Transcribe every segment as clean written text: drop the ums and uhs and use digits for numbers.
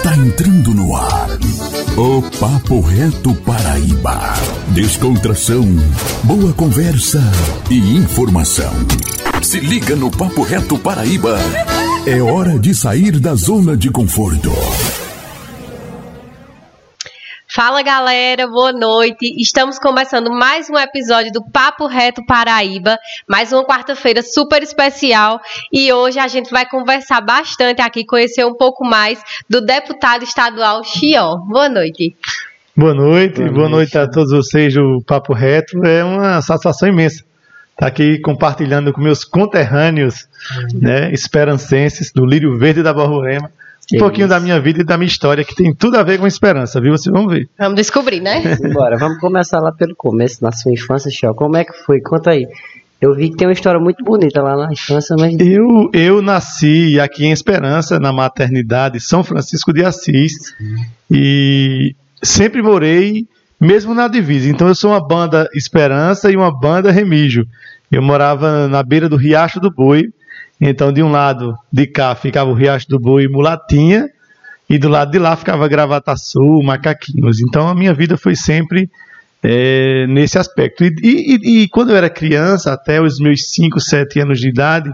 Está entrando no ar o Papo Reto Paraíba. Descontração, boa conversa e informação. Se liga no Papo Reto Paraíba. É hora de sair da zona de conforto. Fala galera, boa noite. Estamos começando mais um episódio do Papo Reto Paraíba, mais uma quarta-feira super especial, e hoje a gente vai conversar bastante aqui, conhecer um pouco mais do deputado estadual Chió. Boa noite. Boa noite a todos vocês do Papo Reto. É uma satisfação imensa estar aqui compartilhando com meus conterrâneos, né, esperancenses do Lírio Verde da Borborema. Um pouquinho da minha vida e da minha história, que tem tudo a ver com esperança, viu? Vocês vão ver. Vamos descobrir, né? Bora, vamos começar lá pelo começo, na sua infância, Chió. Como é que foi? Conta aí. Eu vi que tem uma história muito bonita lá na infância, mas... Eu nasci aqui em Esperança, na maternidade São Francisco de Assis, e sempre morei mesmo na divisa. Então eu sou uma banda Esperança e uma banda Remígio. Eu morava na beira do Riacho do Boi. Então, de um lado de cá ficava o Riacho do Boi e Mulatinha, e do lado de lá ficava Gravataçu, Macaquinhos. Então, a minha vida foi sempre nesse aspecto. E quando eu era criança, até os meus 5, 7 anos de idade,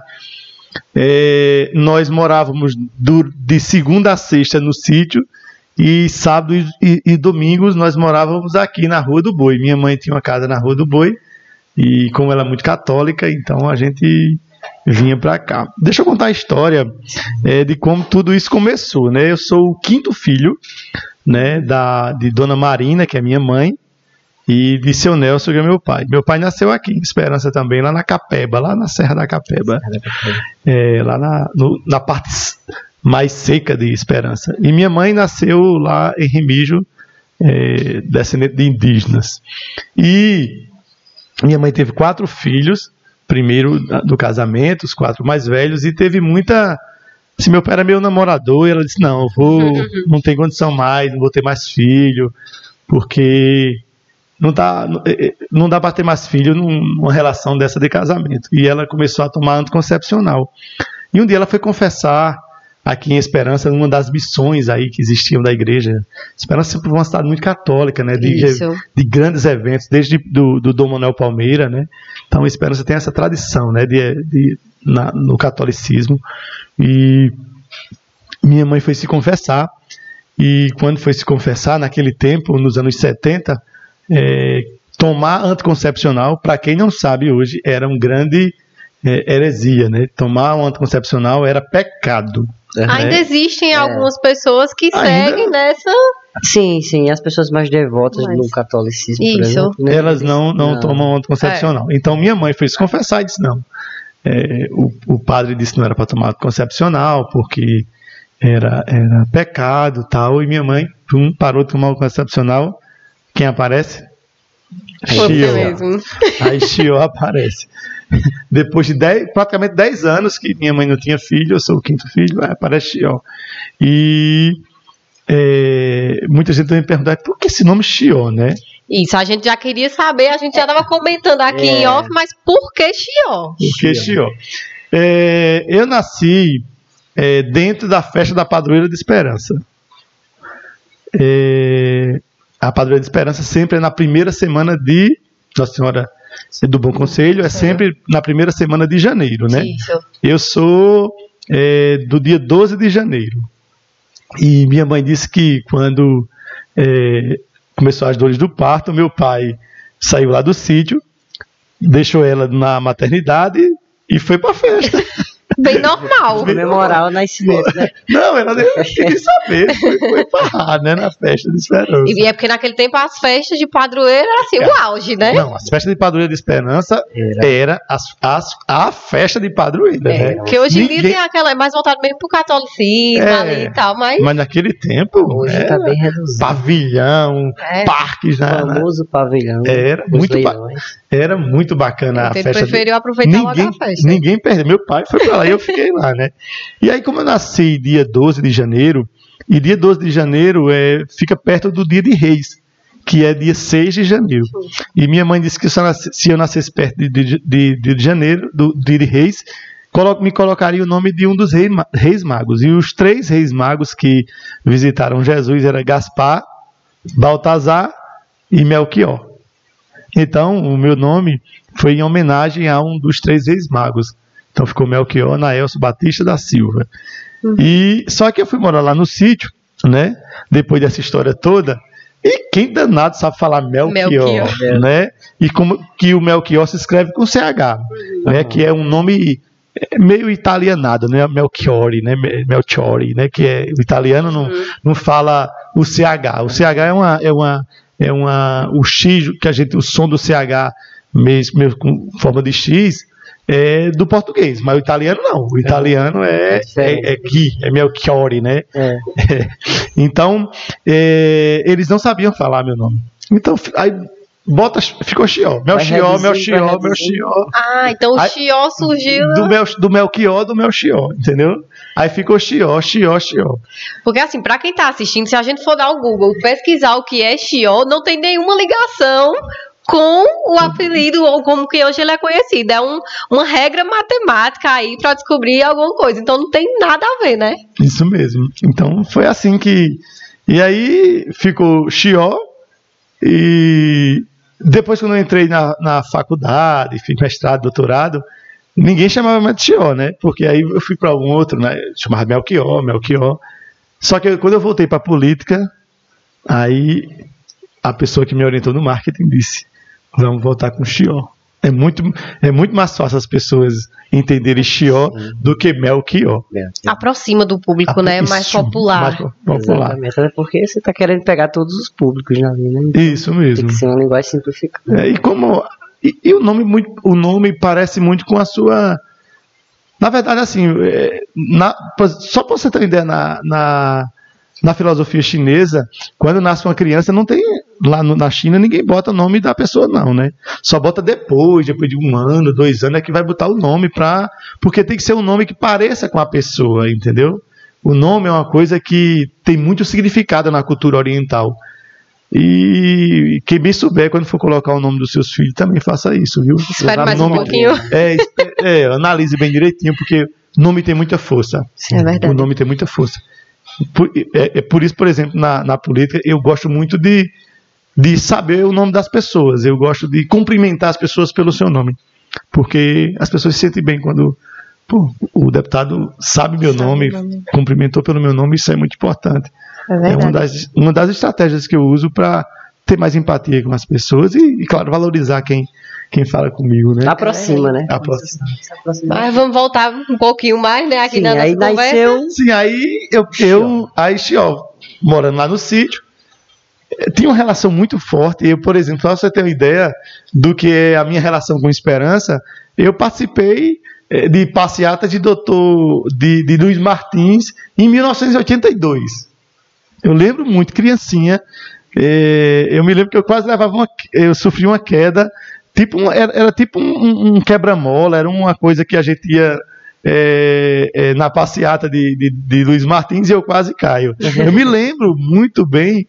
nós morávamos de segunda a sexta no sítio, e sábado e domingos nós morávamos aqui na Rua do Boi. Minha mãe tinha uma casa na Rua do Boi, e como ela é muito católica, então a gente vinha para cá. Deixa eu contar a história de como tudo isso começou, né? Eu sou o quinto filho, né, de Dona Marina, que é minha mãe, e de seu Nelson, que é meu pai. Meu pai nasceu aqui em Esperança também, lá na Capeba, lá na Serra da Capeba, lá na parte mais seca de Esperança. E minha mãe nasceu lá em Remígio, descendente de indígenas. E minha mãe teve 4 filhos, primeiro do casamento, os 4 mais velhos, e teve muita... Se meu pai era meu namorador, e ela disse, não não tem condição mais, não vou ter mais filho, porque não dá para ter mais filho numa relação dessa de casamento. E ela começou a tomar anticoncepcional. E um dia ela foi confessar aqui em Esperança, numa das missões aí que existiam da igreja. Esperança sempre foi uma cidade muito católica, né, de grandes eventos, desde do Dom Manuel Palmeira, né. Então a Esperança tem essa tradição, né, no catolicismo. E minha mãe foi se confessar, e quando foi se confessar, naquele tempo, nos anos 70, tomar anticoncepcional, para quem não sabe hoje, era um grande heresia, né. Tomar um anticoncepcional era pecado. Ainda existem algumas pessoas que seguem nessa... Sim, as pessoas mais devotas no catolicismo, por exemplo, né? Elas não tomam anticoncepcional. Então minha mãe foi se confessar e disse não. O padre disse que não era para tomar anticoncepcional, porque era pecado e tal, e minha mãe parou de tomar anticoncepcional. Quem aparece? Chió. Aí Chió aparece. Depois de praticamente 10 anos que minha mãe não tinha filho, eu sou o quinto filho, aparece Chió. E muita gente também pergunta, por que esse nome Chió, né? Isso, a gente já queria saber, a gente já estava comentando aqui em off, mas por que Chió? Por que Chió? Eu nasci dentro da festa da Padroeira de Esperança. A Padroeira de Esperança sempre é na primeira semana de Nossa Senhora do Bom Conselho, sempre na primeira semana de janeiro, né? Isso. Eu sou do dia 12 de janeiro. E minha mãe disse que quando começou as dores do parto, meu pai saiu lá do sítio, deixou ela na maternidade e foi pra festa. Bem normal. Comemorar o nascimento, né? Não, ela nem queria saber. Foi farrar, né? Na festa de Esperança. E é porque naquele tempo as festas de padroeira era assim, o auge, né? Não, as festas de padroeira de Esperança era a festa de padroeira, né? Porque hoje em dia tem aquela, é mais voltado mesmo pro catolicismo ali e tal, mas naquele tempo hoje tá bem reduzido. Pavilhão, parques, né? O famoso pavilhão. Era muito bacana a festa. Ele preferiu aproveitar logo a festa. Ninguém perdeu. Meu pai foi pra lá e eu fiquei lá, né? E aí, como eu nasci dia 12 de janeiro, e dia 12 de janeiro fica perto do dia de Reis, que é dia 6 de janeiro. E minha mãe disse que se eu nascesse perto de janeiro, do dia de Reis, me colocaria o nome de um dos reis magos. E os 3 reis magos que visitaram Jesus eram Gaspar, Baltazar e Melquior. Então, o meu nome foi em homenagem a um dos 3 reis magos. Então ficou Melquior Naelso Batista da Silva. E só que eu fui morar lá no sítio, né? Depois dessa história toda. E quem danado sabe falar Melchior, né? E como que o Melchior se escreve com CH, né? Que é um nome meio italianado, né? Melchiori, né? Melchiori, né? Que é o italiano não fala o CH. O CH o X que a gente, o som do CH mesmo com forma de X é do português, mas o italiano não. O italiano é Gui, é Melchiori, né? Então, eles não sabiam falar meu nome. Então, aí ficou Chió. Melchior. Ah, então o Chió surgiu... Do Melchior, do Melchior, entendeu? Aí ficou Chió. Porque assim, pra quem tá assistindo, se a gente for dar o Google, pesquisar o que é Chió, não tem nenhuma ligação com o apelido ou como que hoje ele é conhecido. É uma regra matemática aí para descobrir alguma coisa. Então não tem nada a ver, né? Isso mesmo. Então foi assim que... E aí ficou Chió. E depois quando eu entrei na faculdade, fiz mestrado, doutorado, ninguém chamava mais de Chió, né? Porque aí eu fui para algum outro, né? Chamava Melchior. Só que quando eu voltei para a política, aí a pessoa que me orientou no marketing disse: vamos voltar com Chió. É muito mais fácil as pessoas entenderem Chió do que Melchior. Aproxima do público, né? Mais popular. Exatamente, até porque você está querendo pegar todos os públicos na vida, né? Então, isso mesmo. Tem que ser uma linguagem simplificada. E o nome parece muito com a sua... Na verdade, assim, só para você ter uma ideia, na filosofia chinesa, quando nasce uma criança, não tem, lá na China, ninguém bota o nome da pessoa não, né? Só bota depois de 1 ano, 2 anos, é que vai botar o nome porque tem que ser um nome que pareça com a pessoa, entendeu? O nome é uma coisa que tem muito significado na cultura oriental. E quem bem souber, quando for colocar o nome dos seus filhos, também faça isso, viu? Espere mais um pouquinho. Analise bem direitinho, porque o nome tem muita força. É verdade. O nome tem muita força. Por isso, por exemplo, na política, eu gosto muito de saber o nome das pessoas. Eu gosto de cumprimentar as pessoas pelo seu nome. Porque as pessoas se sentem bem quando o deputado sabe meu nome, cumprimentou pelo meu nome. Isso é muito importante. É uma das estratégias que eu uso para ter mais empatia com as pessoas e claro, valorizar quem fala comigo, né? Aproxima, né? Aproxima. Mas vamos voltar um pouquinho mais, né? Aqui na nossa conversa. Sim, aí aí Chió, morando lá no sítio, tinha uma relação muito forte. Eu, por exemplo, para você ter uma ideia do que é a minha relação com Esperança, eu participei de passeata de de Luiz Martins em 1982. Eu lembro muito, criancinha. Eu me lembro que eu quase eu sofri uma queda. Era tipo um quebra-mola, era uma coisa que a gente ia na passeata de Luiz Martins e eu quase caio. Eu me lembro muito bem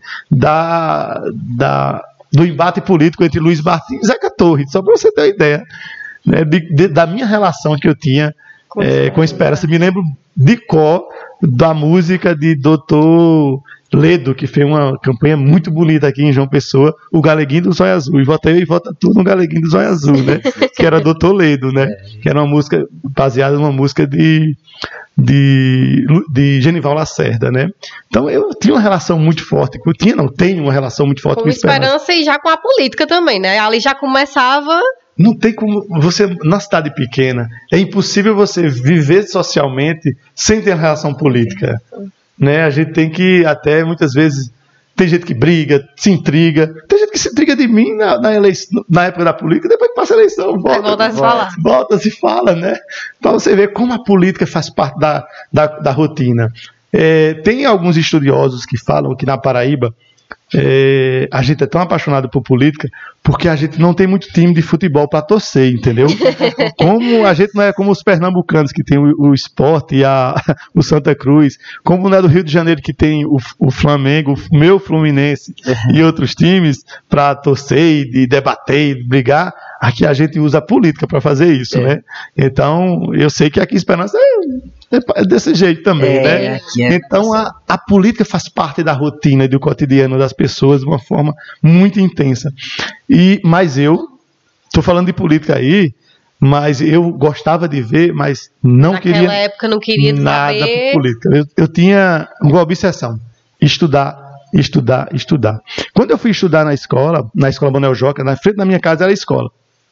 do embate político entre Luiz Martins e Zeca Torres, só para você ter uma ideia, né, da minha relação que eu tinha com Esperança. Me lembro de cor da música de Doutor Ledo, que fez uma campanha muito bonita aqui em João Pessoa, o Galeguinho do Zóio Azul, e vota eu e vota tu no Galeguinho do Zóio Azul, né? Que era Doutor Ledo, né? Que era uma música baseada numa música de Genival Lacerda, né? Então eu tinha uma relação muito forte, tenho uma relação muito forte com Esperança e já com a política também, né? Ali já começava... Não tem como você, na cidade pequena, é impossível você viver socialmente sem ter relação política. Né? A gente tem que, até muitas vezes, tem gente que briga, se intriga, tem gente que se intriga de mim na época da política, depois que passa a eleição, volta, se fala, né? Para você ver como a política faz parte da rotina. Tem alguns estudiosos que falam que na Paraíba a gente é tão apaixonado por política porque a gente não tem muito time de futebol para torcer, entendeu? Como a gente não é como os pernambucanos que tem o Sport e o Santa Cruz, como não é do Rio de Janeiro que tem o Flamengo, o meu Fluminense e outros times para torcer e debater e brigar, aqui a gente usa a política para fazer isso, né? Então, eu sei que aqui em Esperança é desse jeito também, né? Então, a política faz parte da rotina e do cotidiano das pessoas de uma forma muito intensa. Mas eu, estou falando de política aí, mas eu gostava de ver, mas Naquela época não queria nada saber. por política. Eu tinha uma obsessão, estudar. Quando eu fui estudar na escola Manuel Joca, na frente da minha casa era a escola.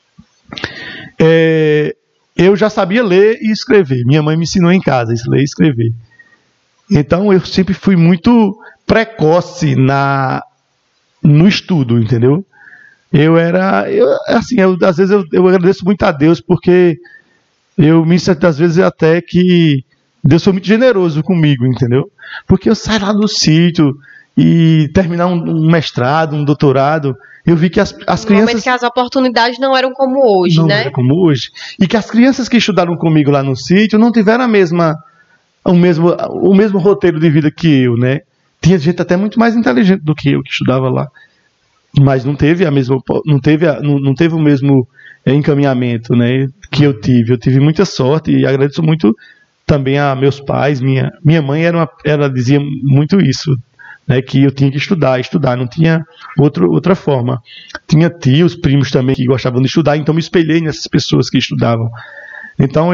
Eu já sabia ler e escrever. Minha mãe me ensinou em casa a ler e escrever. Então eu sempre fui muito precoce no estudo, entendeu? Às vezes eu agradeço muito a Deus, porque eu me sinto às vezes até que Deus foi muito generoso comigo, entendeu? Porque eu saio lá do sítio e terminar um mestrado, um doutorado, eu vi que as crianças... No momento que as oportunidades não eram como hoje, não né? Não era como hoje. E que as crianças que estudaram comigo lá no sítio não tiveram o mesmo roteiro de vida que eu, né? Tinha gente até muito mais inteligente do que eu que estudava lá. Mas não teve o mesmo encaminhamento, né, que eu tive. Eu tive muita sorte e agradeço muito também a meus pais. Minha mãe ela dizia muito isso, né, que eu tinha que estudar, não tinha outra forma. Tinha tios, primos também que gostavam de estudar, então me espelhei nessas pessoas que estudavam. Então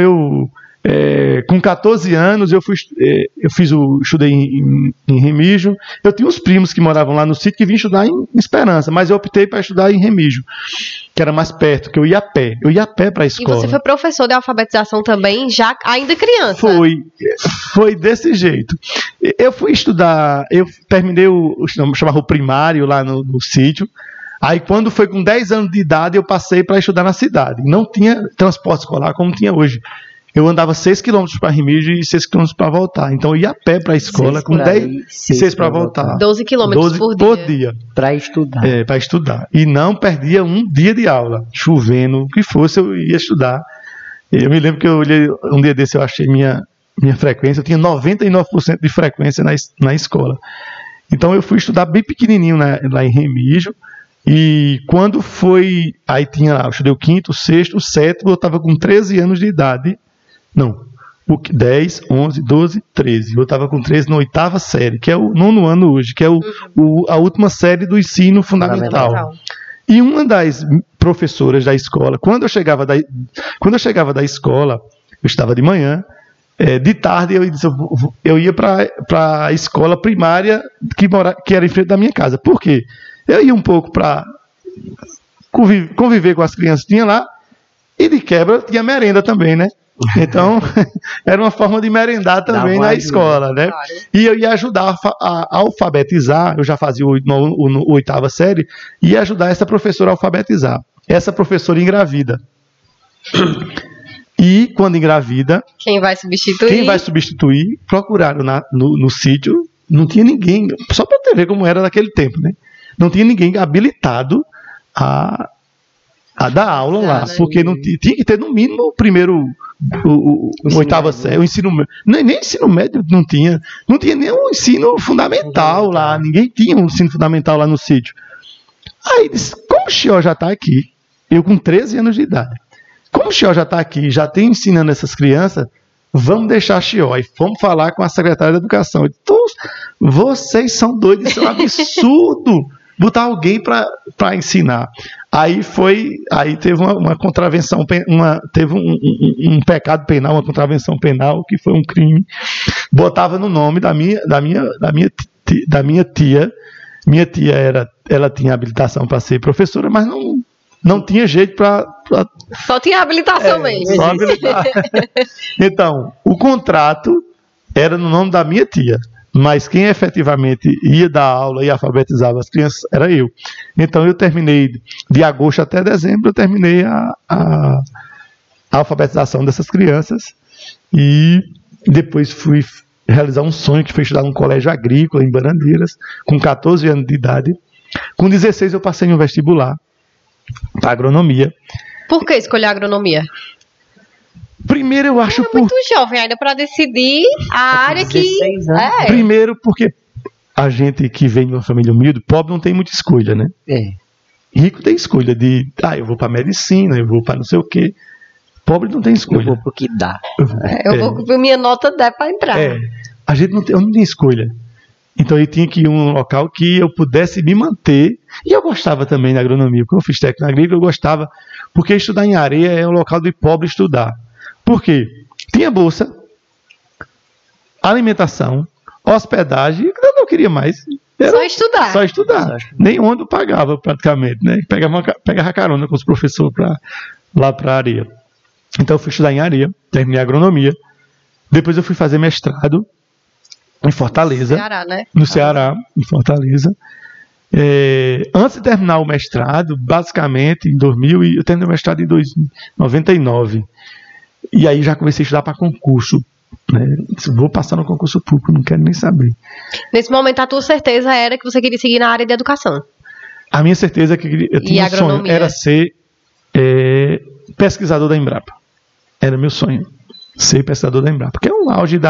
com 14 anos eu estudei em Remígio. Eu tinha uns primos que moravam lá no sítio que vinham estudar em Esperança, mas eu optei para estudar em Remígio, que era mais perto, que eu ia a pé para a escola. E você foi professor de alfabetização também, já ainda criança? Foi desse jeito. Eu fui estudar, eu terminei chamava o primário lá no sítio. Aí quando foi com 10 anos de idade eu passei para estudar na cidade. Não tinha transporte escolar como tinha hoje. Eu andava 6 km para Remígio e 6 km para voltar. Então eu ia a pé para a escola com 10 e 6 para voltar. 12 km por dia. Para estudar. Para estudar. E não perdia um dia de aula. Chovendo, o que fosse, eu ia estudar. Eu me lembro que eu olhei, um dia desse eu achei minha frequência. Eu tinha 99% de frequência na escola. Então eu fui estudar bem pequenininho lá em Remígio. E quando foi... Aí tinha lá, eu estudei o 5º, o 6º, o 7º. Eu estava com 13 anos de idade. Não, 10, 11, 12, 13. Eu estava com 13 na 8ª série, que é o 9º ano hoje, que é a última série do ensino fundamental. E uma das professoras da escola, quando eu chegava da escola, eu estava de manhã, de tarde eu ia para a escola primária que era em frente da minha casa. Por quê? Eu ia um pouco para conviver com as crianças que tinha lá, e de quebra tinha merenda também, né? Então, era uma forma de merendar também na escola, né? Claro. E eu ia ajudar a alfabetizar, eu já fazia a 8ª série, e ia ajudar essa professora a alfabetizar. Essa professora engravida. E, quando engravida... Quem vai substituir? Procuraram no sítio, não tinha ninguém, só para você ver como era naquele tempo, né? Não tinha ninguém habilitado a dar aula lá, porque não tinha que ter no mínimo o primeiro... O 8ª série, o ensino médio, nem ensino médio não tinha nem o ensino fundamental lá, ninguém tinha um ensino fundamental lá no sítio. Aí disse, como o Chió já está aqui, eu com 13 anos de idade, como o Chió já está aqui, já tem ensinando essas crianças, vamos deixar Chió. E fomos falar com a secretária da educação. Eu disse, vocês são doidos, isso é um absurdo botar alguém para ensinar. Aí teve uma contravenção, teve um pecado penal, uma contravenção penal, que foi um crime. Botava no nome da minha tia. Minha tia ela tinha habilitação para ser professora, mas não tinha jeito para... Só tinha habilitação mesmo. Só habilitar. Então, o contrato era no nome da minha tia. Mas quem efetivamente ia dar aula e alfabetizava as crianças era eu. Então eu terminei, de agosto até dezembro, eu terminei a alfabetização dessas crianças. E depois fui realizar um sonho que foi estudar num colégio agrícola em Banandeiras, com 14 anos de idade. Com 16 eu passei no vestibular para agronomia. Por que escolher agronomia? Primeiro eu acho Muito jovem ainda para decidir a área que... 16 anos. Primeiro porque a gente que vem de uma família humilde, pobre não tem muita escolha, né? Rico tem escolha de, eu vou para medicina, eu vou para não sei o quê. Pobre não tem escolha. Eu vou pro que dá. Eu vou com minha nota 10 para entrar. A gente eu não tinha escolha. Então eu tinha que ir a um local que eu pudesse me manter. E eu gostava também da agronomia. Quando eu fiz técnico agrícola, eu gostava. Porque estudar em areia é um local de pobre estudar. Por quê? Tinha bolsa, alimentação, hospedagem. Eu não queria mais. Só estudar. Só estudar. Nem onde eu pagava praticamente, né? Pegava carona com os professores lá para a areia. Então eu fui estudar em areia, terminei agronomia. Depois eu fui fazer mestrado em Fortaleza. Ceará, né? No Ceará, em Fortaleza. Antes de terminar o mestrado, basicamente, eu terminei o mestrado em 99. E aí já comecei a estudar para concurso. Né? Vou passar no concurso público, não quero nem saber. Nesse momento, a tua certeza era que você queria seguir na área de educação? A minha certeza é que eu tinha um sonho, era ser pesquisador da Embrapa. Era meu sonho, ser pesquisador da Embrapa, porque é um auge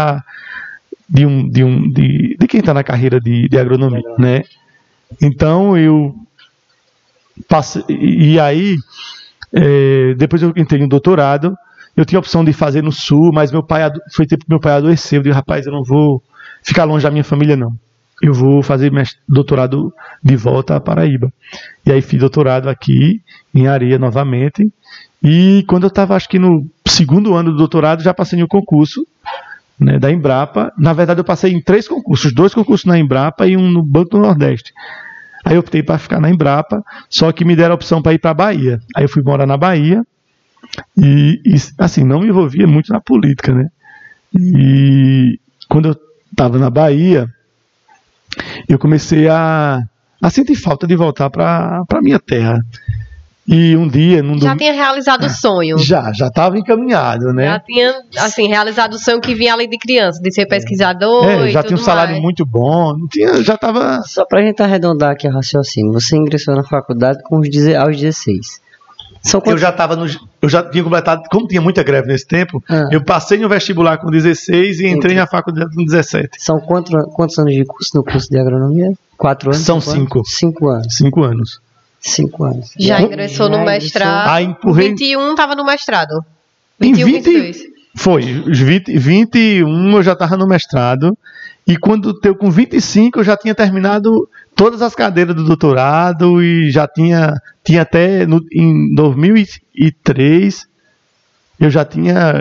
de quem está na carreira de agronomia, né? Então eu passei, e aí depois eu entrei no doutorado. Eu tinha a opção de fazer no Sul, mas meu pai adoeceu. Eu disse, rapaz, eu não vou ficar longe da minha família, não. Eu vou fazer doutorado de volta à Paraíba. E aí fiz doutorado aqui, em areia novamente. E quando eu estava, acho que no segundo ano do doutorado, já passei no concurso, né, da Embrapa. Na verdade, eu passei em 3 concursos. 2 concursos na Embrapa e um no Banco do Nordeste. Aí eu optei para ficar na Embrapa, só que me deram a opção para ir para a Bahia. Aí eu fui morar na Bahia. E assim, não me envolvia muito na política, né? E quando eu estava na Bahia, eu comecei a sentir falta de voltar para minha terra. E um dia... Já tinha realizado o sonho. Já estava encaminhado, né? Já tinha, assim, realizado o sonho que vinha além de criança, de ser pesquisador já tinha um salário mais. Muito bom, já estava... Só pra gente arredondar aqui o raciocínio, você ingressou na faculdade aos 16. Eu já tinha completado, como tinha muita greve nesse tempo, eu passei no vestibular com 16 e entrei na faculdade com 17. São quantos anos de curso no curso de agronomia? 4 anos? São 5. 5 anos. 5 anos. 5 anos. Já ingressou no mestrado. Aí empurrei. 21 estava no mestrado. 21, 22. Foi. Os 21 eu já estava no mestrado. E quando eu com 25 eu já tinha terminado todas as cadeiras do doutorado e já tinha até em 2003 eu já tinha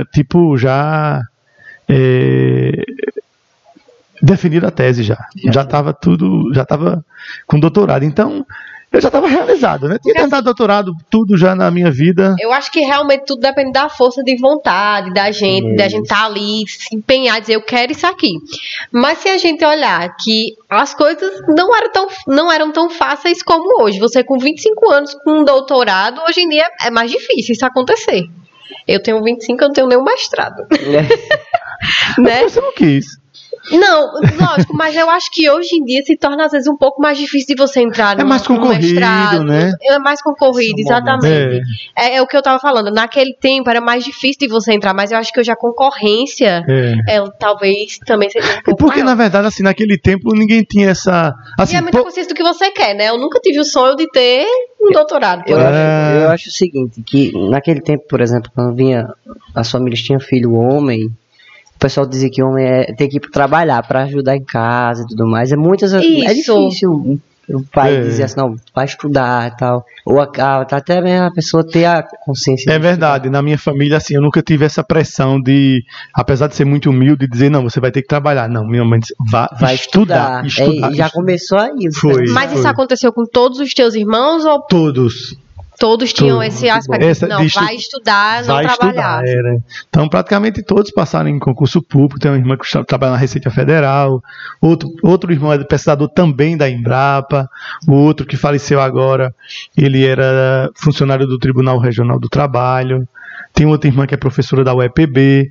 definido a tese já estava com doutorado. Então eu já estava realizado, né? Tinha tentado doutorado, tudo já na minha vida. Eu acho que realmente tudo depende da força de vontade da gente estar ali, se empenhar, dizer, eu quero isso aqui. Mas se a gente olhar que as coisas não eram tão fáceis como hoje. Você com 25 anos, com um doutorado, hoje em dia é mais difícil isso acontecer. Eu tenho 25, eu não tenho nenhum mestrado. Né? Você não quis. Não, lógico, mas eu acho que hoje em dia se torna às vezes um pouco mais difícil de você entrar no mais concorrido, mestrado, né? É mais concorrido, exatamente. É o que eu tava falando, naquele tempo era mais difícil de você entrar, mas eu acho que hoje a concorrência talvez também seja um pouco porque maior. na verdade, assim, naquele tempo ninguém tinha essa... Assim, e é muita consciência do que você quer, né? Eu nunca tive o sonho de ter um doutorado. Eu acho o seguinte, que naquele tempo, por exemplo, quando as famílias tinham filho homem, o pessoal dizia que homem tem que ir trabalhar para ajudar em casa e tudo mais. É difícil o pai dizer assim, não, vai estudar e tal. Ou até mesmo a pessoa ter a consciência. É verdade, na minha família, assim, eu nunca tive essa pressão de, apesar de ser muito humilde, dizer, não, você vai ter que trabalhar. Não, minha mãe disse, vai estudar. Já começou aí. Mas isso aconteceu com todos os teus irmãos? Ou Todos tinham esse aspecto, vai estudar, não trabalhar. Então, praticamente todos passaram em concurso público. Tem uma irmã que trabalha na Receita Federal, outro irmão é pesquisador também da Embrapa, o outro que faleceu agora, ele era funcionário do Tribunal Regional do Trabalho. Tem outra irmã que é professora da UEPB.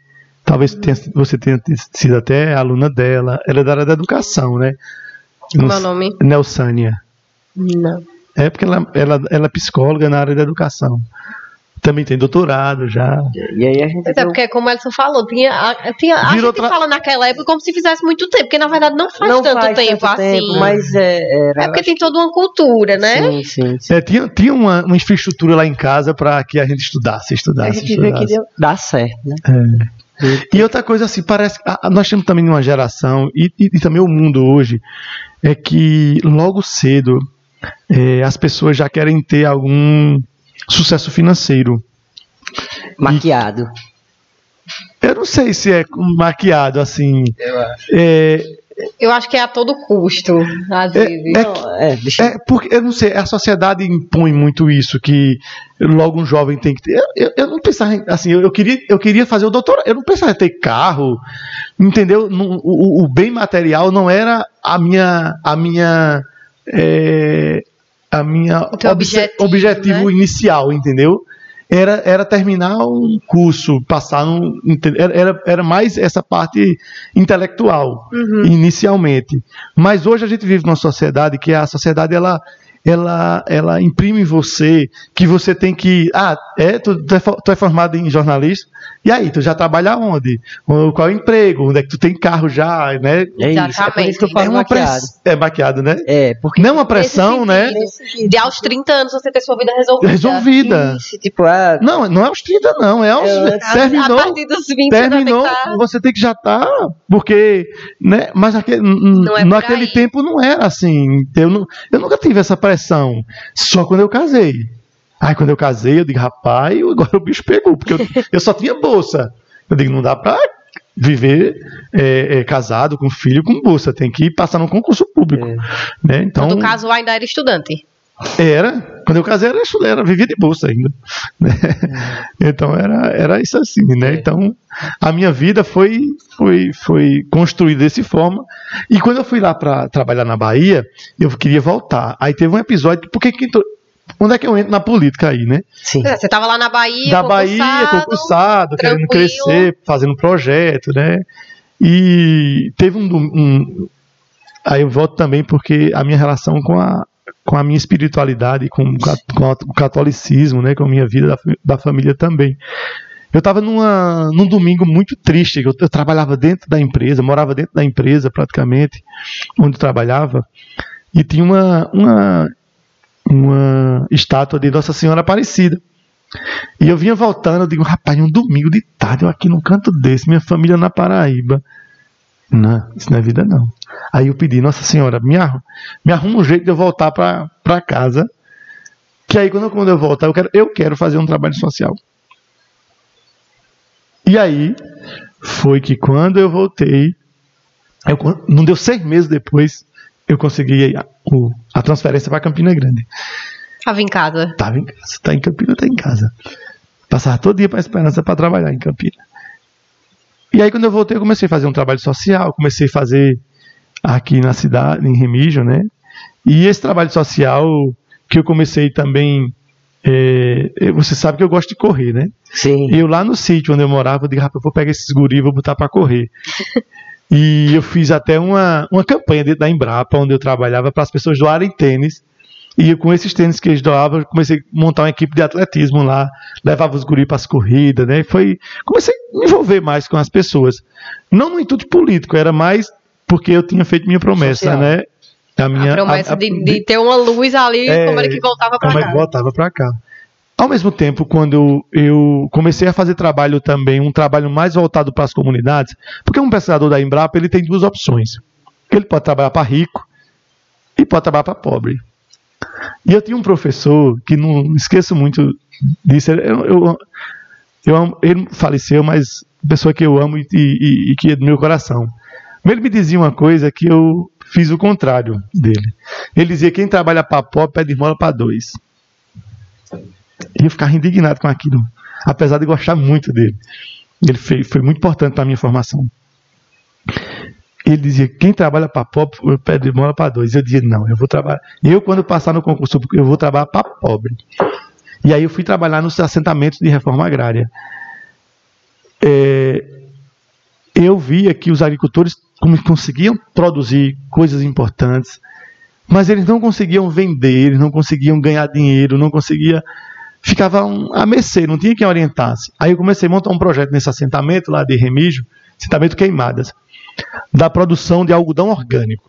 Talvez você tenha sido até aluna dela. Ela é da área da educação, né? Como é o nome? Nelsânia. Não. É porque ela é psicóloga na área da educação. Também tem doutorado já. E aí a gente... Mas é porque, como o Elson falou, a gente fala naquela época como se fizesse muito tempo, porque na verdade não faz tanto tempo assim. Mas é porque tem toda uma cultura, né? Sim. Tinha uma infraestrutura lá em casa para que a gente estudasse. A gente vê que dá certo, né? E outra coisa assim, parece que nós temos também uma geração, e também o mundo hoje, é que logo cedo as pessoas já querem ter algum sucesso financeiro. Maquiado. Eu não sei se é maquiado, assim. Eu acho. Eu acho que é a todo custo, às vezes. Porque, eu não sei, a sociedade impõe muito isso, que logo um jovem tem que ter. Eu não pensava, assim, eu queria fazer o doutorado, eu não pensava em ter carro, entendeu? O bem material não era a minha objetivo, né? Inicial, entendeu? Era terminar um curso, passar era mais essa parte intelectual, inicialmente. Mas hoje a gente vive numa sociedade que a sociedade ela imprime em você que você tem que... tu é formado em jornalismo? E aí, tu já trabalha onde? Qual é o emprego? Onde é que tu tem carro já, né? Exatamente. É por isso que eu falo maquiado. Maquiado, né? Porque... Não é uma pressão, né? De aos 30 anos você ter sua vida resolvida. Isso, tipo, Não é aos 30 não, é aos... Terminou, a partir dos 20 terminou, você tem que já estar, porque, né? Mas naquele tempo não era assim. Eu nunca tive essa pressão, só quando eu casei. Aí quando eu casei, eu digo, rapaz, agora o bicho pegou, porque eu só tinha bolsa. Eu digo, não dá pra viver casado, com filho, com bolsa. Tem que passar num concurso público. Né? Então, no caso, ainda era estudante. Quando eu casei, vivia de bolsa ainda. Né? Então era isso assim, né? Então a minha vida foi construída dessa forma. E quando eu fui lá para trabalhar na Bahia, eu queria voltar. Aí teve um episódio, onde é que eu entro na política aí, né? Sim. Você estava lá na Bahia, concursado, querendo crescer, fazendo projeto, né? E teve aí eu volto também porque a minha relação com a minha espiritualidade, com o catolicismo, né? Com a minha vida da família também. Eu estava num domingo muito triste, eu trabalhava dentro da empresa, morava dentro da empresa praticamente, onde eu trabalhava, e tinha uma estátua de Nossa Senhora Aparecida. E eu vinha voltando, eu digo, rapaz, um domingo de tarde, eu aqui num canto desse, minha família na Paraíba. Não, isso não é vida não. Aí eu pedi, Nossa Senhora, me arruma um jeito de eu voltar para casa, que aí quando eu voltar, eu quero fazer um trabalho social. E aí foi que quando eu voltei, não deu 6 meses depois, eu consegui a transferência para Campina Grande. Estava em casa? Estava em casa. Está em Campina, está em casa. Passava todo dia para a Esperança para trabalhar em Campina. E aí quando eu voltei, eu comecei a fazer um trabalho social, comecei a fazer aqui na cidade, em Remígio, né? E esse trabalho social que eu comecei também... você sabe que eu gosto de correr, né? Sim. Eu lá no sítio onde eu morava, eu digo, rapaz, eu vou pegar esses guris e vou botar para correr. E eu fiz até uma campanha dentro da Embrapa, onde eu trabalhava, para as pessoas doarem tênis. E com esses tênis que eles doavam, eu comecei a montar uma equipe de atletismo lá, levava os guris para as corridas, né? Comecei a me envolver mais com as pessoas. Não no intuito político, era mais porque eu tinha feito minha promessa, social, né? A promessa de ter uma luz ali, como era que voltava para cá. Como é que voltava para cá. Ao mesmo tempo, quando eu comecei a fazer trabalho também, um trabalho mais voltado para as comunidades, porque um pesquisador da Embrapa, ele tem 2 opções. Ele pode trabalhar para rico e pode trabalhar para pobre. E eu tinha um professor, que não esqueço muito disso, ele faleceu, mas pessoa que eu amo e que é do meu coração. Ele me dizia uma coisa que eu fiz o contrário dele. Ele dizia, quem trabalha para pobre pede esmola para 2. E eu ficava indignado com aquilo, apesar de gostar muito dele. Ele foi muito importante para a minha formação. Ele dizia, quem trabalha para pobre pede esmola para 2. Eu dizia, não, eu vou trabalhar. Quando passar no concurso, eu vou trabalhar para pobre. E aí eu fui trabalhar nos assentamentos de reforma agrária. eu via que os agricultores conseguiam produzir coisas importantes, mas eles não conseguiam vender, eles não conseguiam ganhar dinheiro, não conseguiam... Ficavam a mercê, não tinha quem orientasse. Aí eu comecei a montar um projeto nesse assentamento lá de Remígio, assentamento Queimadas, da produção de algodão orgânico.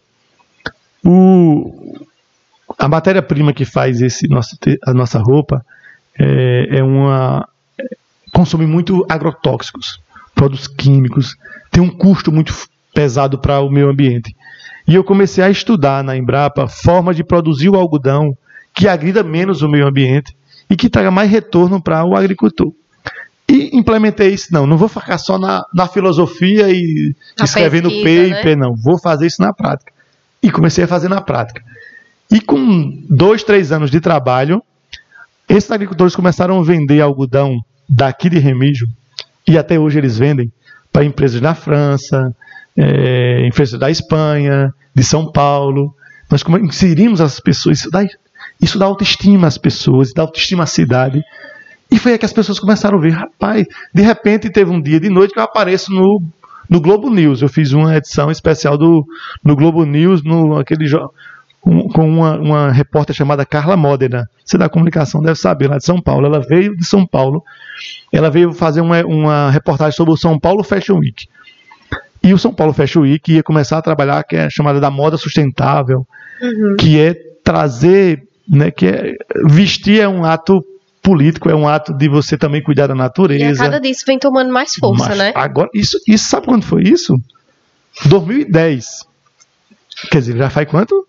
A matéria-prima que faz a nossa roupa consome muito agrotóxicos, produtos químicos, tem um custo muito pesado para o meio ambiente. E eu comecei a estudar na Embrapa formas de produzir o algodão que agrida menos o meio ambiente e que traga mais retorno para o agricultor. E implementei isso. Não vou ficar só na filosofia e escrevendo paper, né? Não, vou fazer isso na prática. E comecei a fazer na prática. E com 2, 3 anos de trabalho, esses agricultores começaram a vender algodão daqui de Remígio, e até hoje eles vendem para empresas da França, empresas da Espanha, de São Paulo. Nós inserimos as pessoas, isso dá autoestima às pessoas, dá autoestima à cidade. E foi aí que as pessoas começaram a ver, rapaz, de repente teve um dia de noite que eu apareço no Globo News. Eu fiz uma edição especial no Globo News, com uma repórter chamada Carla Modena. Você da comunicação deve saber, lá de São Paulo. Ela veio de São Paulo, ela veio fazer uma reportagem sobre o São Paulo Fashion Week. E o São Paulo Fashion Week ia começar a trabalhar, que é chamada da moda sustentável, que é trazer, né, vestir é um ato político, é um ato de você também cuidar da natureza. E a cada disso vem tomando mais força, né? Agora, isso sabe quando foi isso? 2010. Quer dizer, já faz quanto?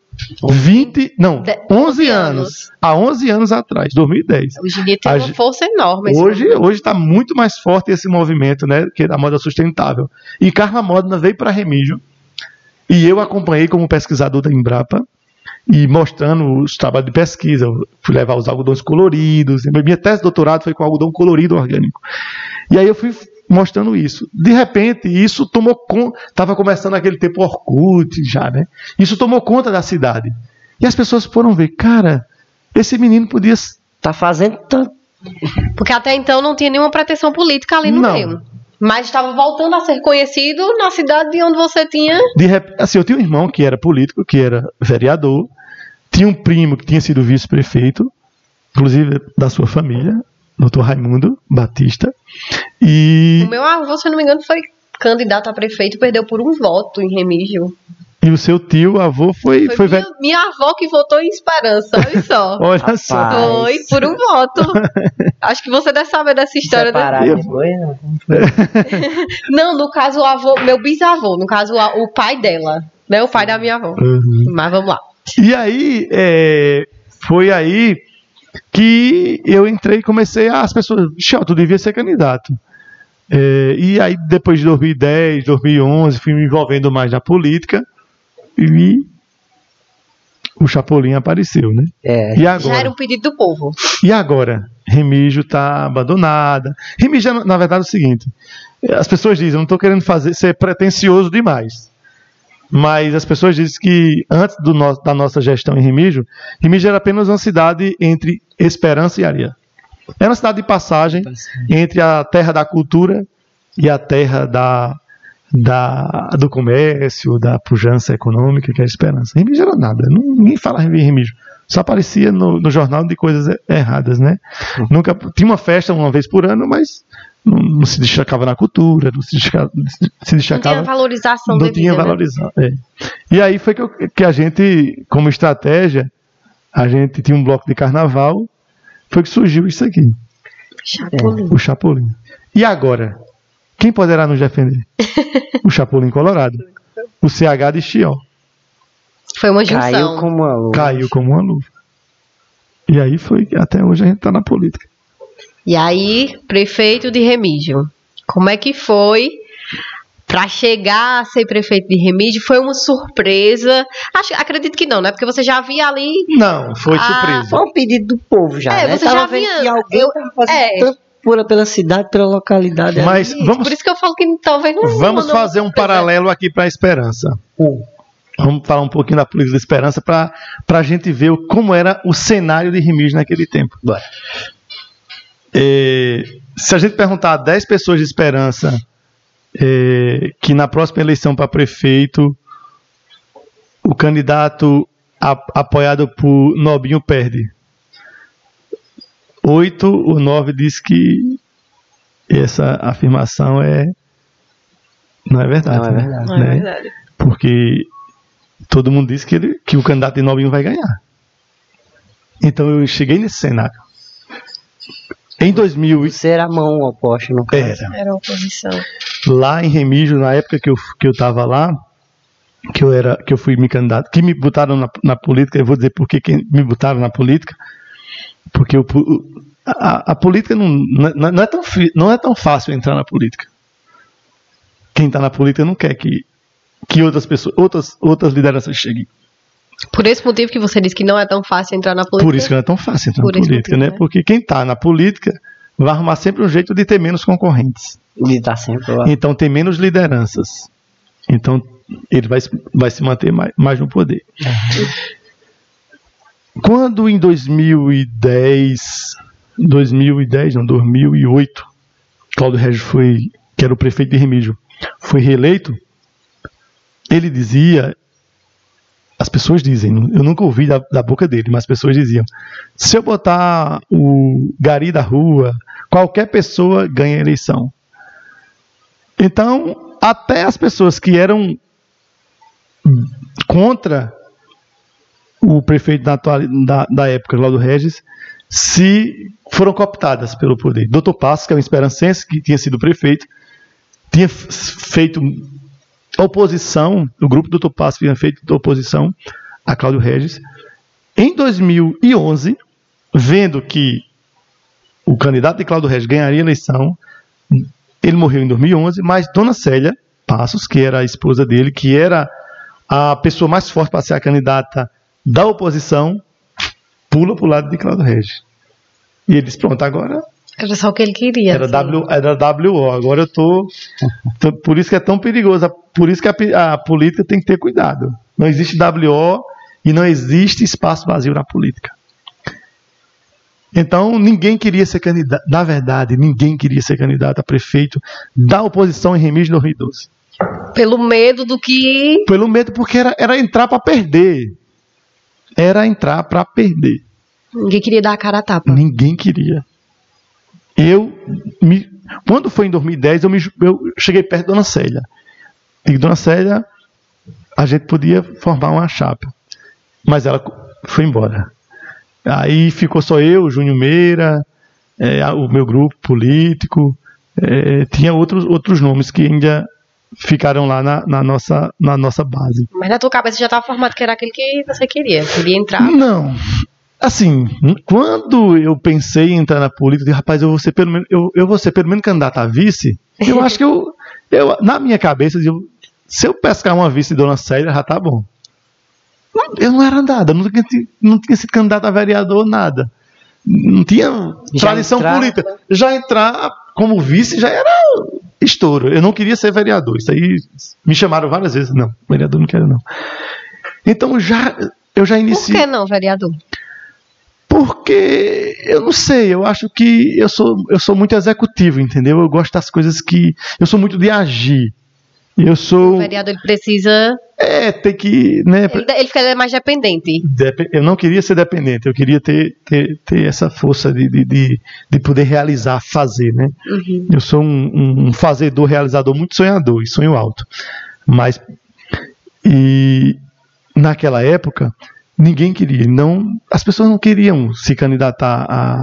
11 anos. Há 11 anos atrás, 2010. Hoje em dia tem uma força enorme. Hoje está muito mais forte esse movimento, né, que é da moda sustentável. E Carla Modena veio para Remígio, e eu acompanhei como pesquisador da Embrapa, e mostrando os trabalhos de pesquisa. Eu fui levar os algodões coloridos. Minha tese de doutorado foi com algodão colorido orgânico. E aí eu fui mostrando isso. De repente, isso tomou conta. Estava começando aquele tempo Orkut já, né? Isso tomou conta da cidade. E as pessoas foram ver, cara, esse menino podia estar fazendo tanto. Porque até então não tinha nenhuma pretensão política ali no meio. Mas estava voltando a ser conhecido na cidade de onde você tinha... Assim, eu tinha um irmão que era político, que era vereador, tinha um primo que tinha sido vice-prefeito, inclusive da sua família, Dr. Raimundo Batista, e... O meu avô, se eu não me engano, foi candidato a prefeito e perdeu por um voto em Remígio. E o seu tio, avô, foi minha avó que votou em Esperança, olha só. Olha só. Foi por um voto. Acho que você deve saber dessa história. Não, no caso, o avô, meu bisavô, no caso, o pai dela, né, o pai da minha avó. Mas vamos lá. E aí, foi aí que eu entrei e comecei as pessoas, tu devia ser candidato. E aí, depois de 2010, 2011, fui me envolvendo mais na política. E o Chapolin apareceu, né? E agora? Já era um pedido do povo. E agora? Remígio está abandonada. Remígio, na verdade, é o seguinte: as pessoas dizem, eu não estou querendo ser pretencioso demais, mas as pessoas dizem que antes da nossa gestão em Remígio era apenas uma cidade entre Esperança e Areia. Era uma cidade de passagem entre a terra da cultura e a terra do comércio, da pujança econômica, que é a Esperança. Remígio era nada, ninguém falava em Remígio, só aparecia no jornal de coisas erradas, né? Nunca tinha uma festa uma vez por ano, mas não se destacava na cultura, não se destacava, não tinha valorização, não tinha valorização. E aí foi que a gente, como estratégia, a gente tinha um bloco de carnaval, foi que surgiu isso aqui. Chapolin. O Chapolin. E agora? Quem poderá nos defender? O Chapolin Colorado. O CH de Chió. Foi uma junção. Caiu como uma luva. E aí foi que até hoje a gente está na política. E aí, prefeito de Remígio. Como é que foi para chegar a ser prefeito de Remígio? Foi uma surpresa? Acredito que não, né? Porque você já havia ali... Não, foi surpresa. Foi um pedido do povo já, né? Você já havia... Que alguém estava fazendo tanto pela cidade, pela localidade. Mas por isso que eu falo que talvez não... Vamos fazer um paralelo aqui para a Esperança. Vamos falar um pouquinho da política da Esperança para a gente ver como era o cenário de Remígio naquele tempo. Se a gente perguntar a 10 pessoas de Esperança que na próxima eleição para prefeito, o candidato apoiado por Nobinho perde. 8 ou 9 diz que essa afirmação não é verdade. Não é verdade. Não é verdade. Porque todo mundo diz que o candidato de Nobinho vai ganhar. Então eu cheguei nesse cenário. Em 2000... Você era a mão oposta, no caso. Era oposição. Lá em Remígio, na época que eu estava lá, que eu fui me candidato, que me botaram na política, eu vou dizer por que me botaram na política, porque a política não é tão fácil entrar na política. Quem está na política não quer que outras pessoas, outras lideranças cheguem. Por esse motivo que você disse que não é tão fácil entrar na política? Por isso que não é tão fácil entrar na política, motivo, né? Porque quem está na política vai arrumar sempre um jeito de ter menos concorrentes. E tá sempre lá. Então tem menos lideranças. Então ele vai se manter mais no poder. Quando em 2008, Cláudio Regis que era o prefeito de Remígio, foi reeleito, ele dizia, as pessoas dizem, eu nunca ouvi da boca dele, mas as pessoas diziam, se eu botar o gari da rua, qualquer pessoa ganha a eleição. Então, até as pessoas que eram contra o prefeito da época, Cláudio Regis, foram cooptadas pelo poder. Dr. Passos, que é um esperancense, que tinha sido prefeito, tinha feito oposição, o grupo do Dr. Passos tinha feito oposição a Cláudio Regis. Em 2011, vendo que o candidato de Cláudio Regis ganharia a eleição, ele morreu em 2011, mas Dona Célia Passos, que era a esposa dele, que era a pessoa mais forte para ser a candidata da oposição, pula para o lado de Cláudio Regis. E ele disse, pronto, agora... Era só o que ele queria. Era WO, agora eu tô... Por isso que é tão perigoso, por isso que a política tem que ter cuidado. Não existe WO e não existe espaço vazio na política. Então, ninguém queria ser candidato, na verdade, ninguém queria ser candidato a prefeito da oposição em Remígio em 2012. Pelo medo do que... Pelo medo, porque era entrar para perder. Era entrar para perder. Ninguém queria dar a cara a tapa. Ninguém queria. Quando foi em 2010, eu cheguei perto da Dona Célia. E Dona Célia, a gente podia formar uma chapa. Mas ela foi embora. Aí ficou só eu, Júnior Meira, o meu grupo político. Tinha outros nomes que ainda ficaram lá na nossa base. Mas na tua cabeça já estava formado que era aquele que você queria entrar. Não. Assim, quando eu pensei em entrar na política, eu disse, rapaz, eu vou ser pelo menos candidato a vice. Eu acho que na minha cabeça, se eu pescar uma vice de Dona Célia, já tá bom. Eu não era nada, não tinha sido candidato a vereador, nada. Não tinha tradição política. Já entrar como vice já era estouro. Eu não queria ser vereador. Isso aí me chamaram várias vezes. Não, vereador não quero não. Então eu já iniciei. Por que não, vereador? Porque, eu não sei, eu acho que eu sou muito executivo, entendeu? Eu gosto das coisas eu sou muito de agir. O vereador, ele precisa... tem que... Né, ele fica mais dependente. Eu não queria ser dependente, eu queria ter essa força de poder realizar, fazer, né? Uhum. Eu sou um fazedor, realizador, muito sonhador, e sonho alto. Mas, naquela época... Ninguém queria, as pessoas não queriam se candidatar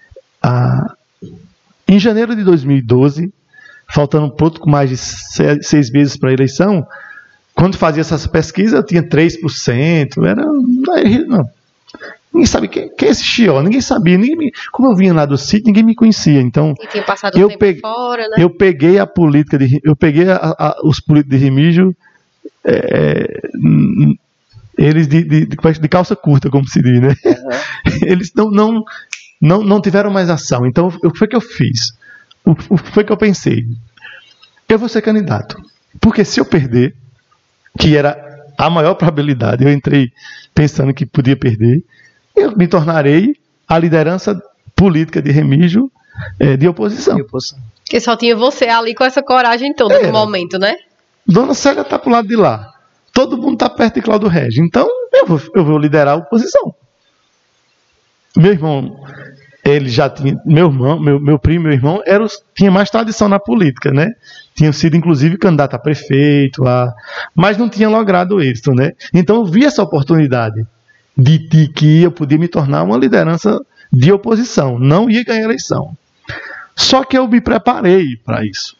Em janeiro de 2012, faltando um pouco mais de 6 meses para a eleição, quando fazia essas pesquisas, eu tinha 3%, não. Ninguém sabe quem é esse Chió, ninguém sabia, como eu vinha lá do sítio, ninguém me conhecia, então e tinha passado um tempo fora, né? Eu peguei a política, eu peguei os políticos de Remígio, eles de calça curta, como se diz, né? Uhum. Eles não tiveram mais ação. Então, o que foi que eu fiz? O que foi que eu pensei? Eu vou ser candidato. Porque se eu perder, que era a maior probabilidade, eu entrei pensando que podia perder, eu me tornarei a liderança política de Remígio de oposição. Porque só tinha você ali com essa coragem toda no momento, né? Dona Célia tá pro lado de lá. Todo mundo tá perto de Cláudio Regis. Então, eu vou liderar a oposição. Meu irmão, ele já tinha... Meu primo e meu irmão tinha mais tradição na política, né? Tinham sido, inclusive, candidato a prefeito, mas não tinha logrado êxito, né? Então, eu vi essa oportunidade de que eu podia me tornar uma liderança de oposição. Não ia ganhar a eleição. Só que eu me preparei para isso.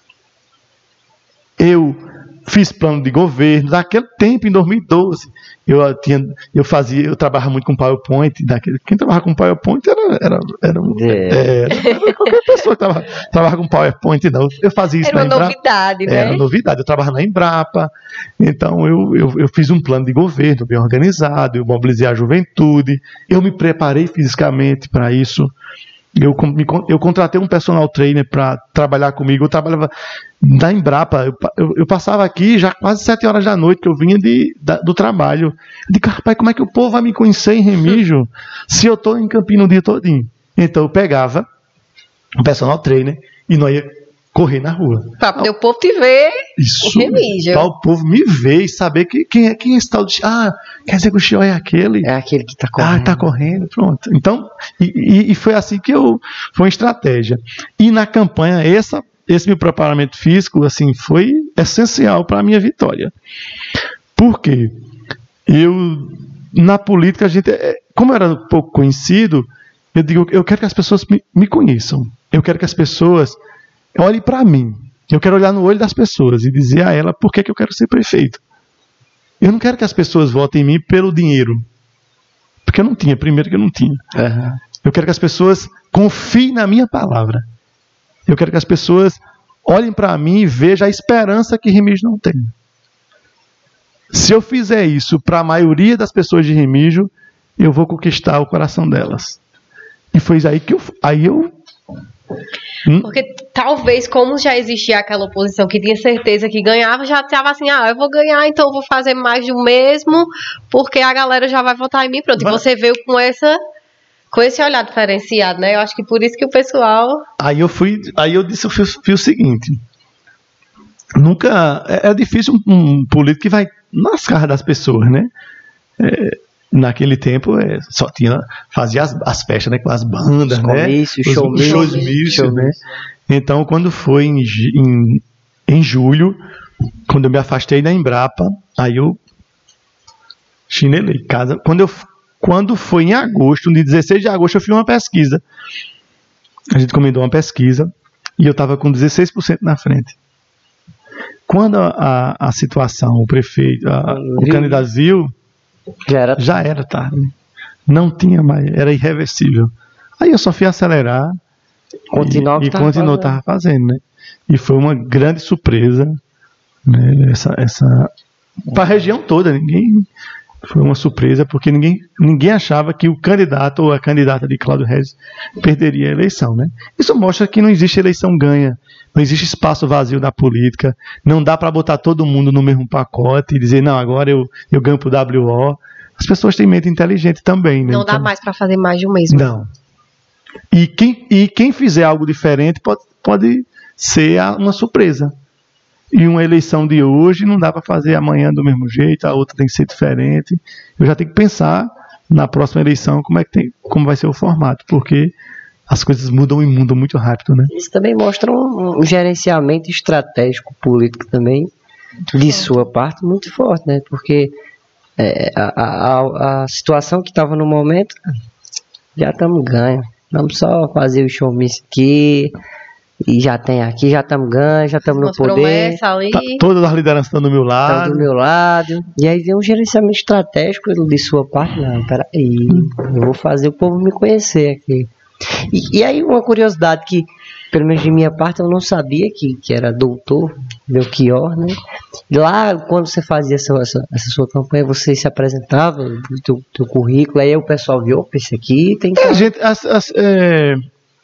Eu fiz plano de governo. Naquele tempo, em 2012, eu trabalhava muito com PowerPoint. Quem trabalhava com PowerPoint era qualquer pessoa que trabalhava com PowerPoint. Não. Eu fazia isso na Embrapa. Era uma novidade, né? Era novidade. Eu trabalhava na Embrapa. Então, eu fiz um plano de governo bem organizado. Eu mobilizei a juventude. Eu me preparei fisicamente para isso. Eu contratei um personal trainer para trabalhar comigo. Eu trabalhava na Embrapa. Eu passava aqui já quase 7 horas da noite, que eu vinha do trabalho. Eu digo, rapaz, como é que o povo vai me conhecer em Remígio se eu estou em Campinas o dia todinho? Então eu pegava um personal trainer e nós ia correr na rua. Para poder o povo te ver em Remígio. Para o povo me ver e saber quem é esse tal de... quer dizer que o Chió é aquele? É aquele que está correndo. Está correndo, pronto. Então, e foi assim que foi uma estratégia. E na campanha, esse meu preparamento físico, assim, foi essencial para a minha vitória. Por quê? Na política, como eu era pouco conhecido, eu digo, eu quero que as pessoas me conheçam. Eu quero que as pessoas olhem para mim. Eu quero olhar no olho das pessoas e dizer a ela por que eu quero ser prefeito. Eu não quero que as pessoas votem em mim pelo dinheiro. Porque eu não tinha, primeiro que eu não tinha. Uhum. Eu quero que as pessoas confiem na minha palavra. Eu quero que as pessoas olhem para mim e vejam a esperança que Remígio não tem. Se eu fizer isso para a maioria das pessoas de Remígio, eu vou conquistar o coração delas. E foi aí que eu Porque talvez, como já existia aquela oposição que tinha certeza que ganhava, já estava assim, eu vou ganhar, então eu vou fazer mais do mesmo, porque a galera já vai votar em mim, pronto. E você veio com esse olhar diferenciado, né? Eu acho que por isso que o pessoal... Aí eu disse o seguinte, é difícil um político que vai nas caras das pessoas, né? Naquele tempo fazia as festas, né, com as bandas, os showmícios, né? Então, quando foi em julho, quando eu me afastei da Embrapa, aí eu chinelei casa. Quando foi em agosto, no dia 16 de agosto, eu fiz uma pesquisa. A gente encomendou uma pesquisa e eu estava com 16% na frente. Quando a situação, o prefeito, o candidato viu, já era tarde. Não tinha mais, era irreversível. Aí eu só fui acelerar e continuou estava fazendo, né? E foi uma grande surpresa, né? Para a região toda, foi uma surpresa, porque ninguém achava que o candidato ou a candidata de Cláudio Regis perderia a eleição, né? Isso mostra que não existe eleição ganha, não existe espaço vazio na política, não dá para botar todo mundo no mesmo pacote e dizer, não, agora eu ganho pro WO. As pessoas têm mente inteligente também, né? Não dá mais para fazer mais de um mesmo. Não. E quem fizer algo diferente pode ser uma surpresa. E uma eleição de hoje não dá para fazer amanhã do mesmo jeito, a outra tem que ser diferente. Eu já tenho que pensar na próxima eleição como vai ser o formato, porque as coisas mudam e mudam muito rápido, né? Isso também mostra um gerenciamento estratégico político também, de sua parte, muito forte, né? Porque a situação que estava no momento, já estamos ganhos. Vamos só fazer o showmício aqui, e já estamos ganhos, já estamos no poder. Todas as lideranças estão do meu lado. Estão do meu lado. E aí vem um gerenciamento estratégico de sua parte. Não, peraí, eu vou fazer o povo me conhecer aqui. E aí uma curiosidade que, pelo menos de minha parte, eu não sabia que era doutor Belchior, né? Lá, quando você fazia essa sua campanha, você se apresentava do teu currículo, aí o pessoal viu, esse aqui tem que...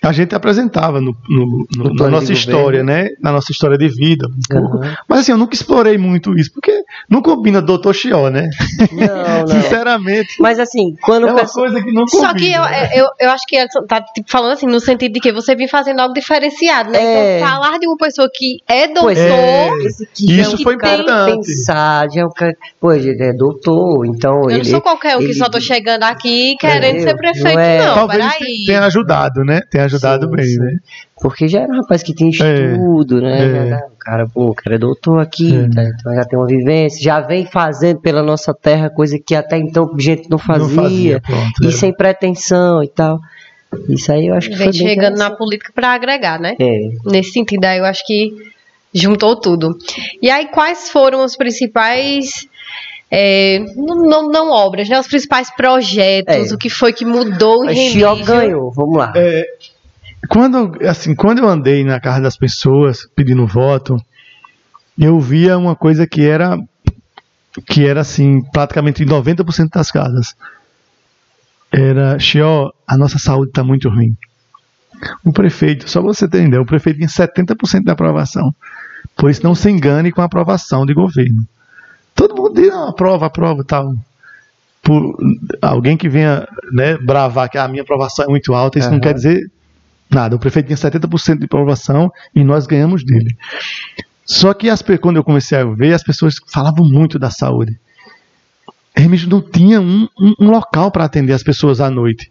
a gente apresentava na nossa história, né? Na nossa história de vida, um pouco. Mas assim, eu nunca explorei muito isso, porque não combina Dr. Chió, né? Não. Sinceramente. Mas assim, quando é uma coisa que não combina. Só que eu acho que Edson tá falando assim, no sentido de que você vem fazendo algo diferenciado, né? Então, falar de uma pessoa que é doutor... Isso foi importante. Pensar, pô, ele é doutor, então eu não sou qualquer um que só tô chegando aqui querendo ser prefeito, não. Talvez tenha ajudado, né? Tem ajudado bem, né? Porque já era um rapaz que tem estudo, né? O cara é doutor aqui, tá? Então já tem uma vivência, já vem fazendo pela nossa terra coisa que até então a gente não fazia pronto, e sem pretensão e tal. Isso aí eu acho que vem chegando na política para agregar, né? Nesse sentido aí eu acho que juntou tudo. E aí quais foram os principais... não obras, né? Os principais projetos, o que foi que mudou em Remígio. Chió ganhou, vamos lá. Quando eu andei na casa das pessoas pedindo voto, eu via uma coisa que era assim, praticamente em 90% das casas. Era, Chió, a nossa saúde está muito ruim. O prefeito, só você entender, o prefeito tinha 70% da aprovação. Por isso não se engane com a aprovação de governo. Todo mundo diz, aprova tal. Por alguém que venha, né, bravar que a minha aprovação é muito alta, isso não quer dizer nada. O prefeito tinha 70% de aprovação e nós ganhamos dele. Só que quando eu comecei a ver, as pessoas falavam muito da saúde. Remígio não tinha um local para atender as pessoas à noite.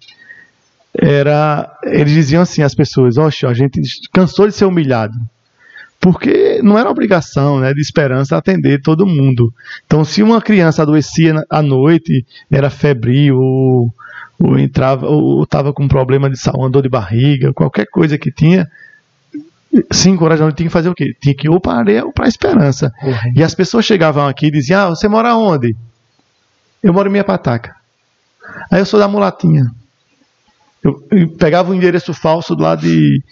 Eles diziam assim, as pessoas, a gente cansou de ser humilhado. Porque não era obrigação, né, de esperança atender todo mundo. Então, se uma criança adoecia à noite, era febril, ou estava com problema de saúde, uma dor de barriga, qualquer coisa que tinha, 5 horas da noite tinha que fazer o quê? Tinha que ir ou para a areia ou para a esperança. E as pessoas chegavam aqui e diziam, você mora onde? Eu moro em minha pataca. Aí eu sou da Mulatinha. Eu pegava um endereço falso lá de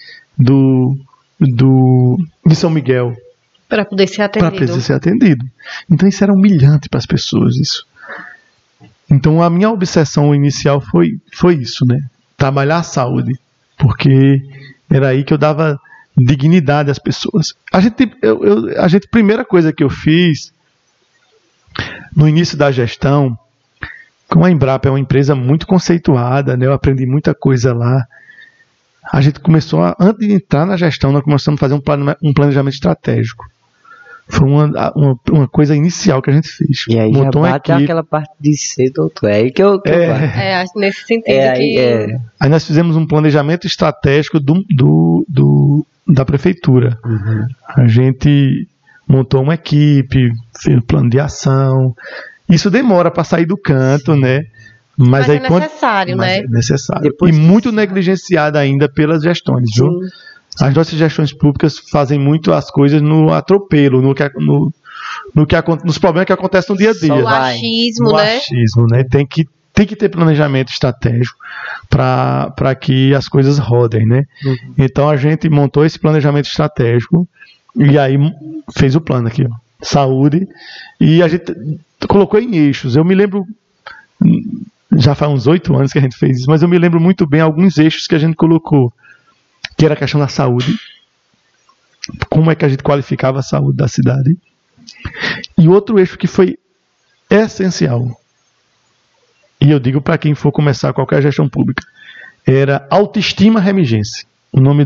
São Miguel. Para poder ser atendido. Então isso era humilhante para as pessoas, isso. Então a minha obsessão inicial foi isso, né? Trabalhar a saúde. Porque era aí que eu dava dignidade às pessoas. A primeira coisa que eu fiz no início da gestão, como a Embrapa é uma empresa muito conceituada, né? Eu aprendi muita coisa lá. A gente começou antes de entrar na gestão, nós começamos a fazer um planejamento estratégico. Foi uma coisa inicial que a gente fez. E aí montou já bate aquela parte de ser doutor. É aí que eu acho nesse sentido Aí nós fizemos um planejamento estratégico da prefeitura. A gente montou uma equipe, fez um plano de ação. Isso demora para sair do canto, né? Mas aí, é necessário, né? É necessário. E muito negligenciado ainda pelas gestões, viu? As nossas gestões públicas fazem muito as coisas no atropelo, nos problemas que acontecem no dia a dia. O achismo, né? Achismo, né? Tem que ter planejamento estratégico para que as coisas rodem, né? Então a gente montou esse planejamento estratégico e aí fez o plano aqui, ó, saúde, e a gente colocou em eixos. Eu me lembro, já faz uns 8 anos que a gente fez isso, mas eu me lembro muito bem alguns eixos que a gente colocou, que era a questão da saúde, como é que a gente qualificava a saúde da cidade, e outro eixo que foi essencial, e eu digo para quem for começar qualquer gestão pública, era autoestima remigense. O nome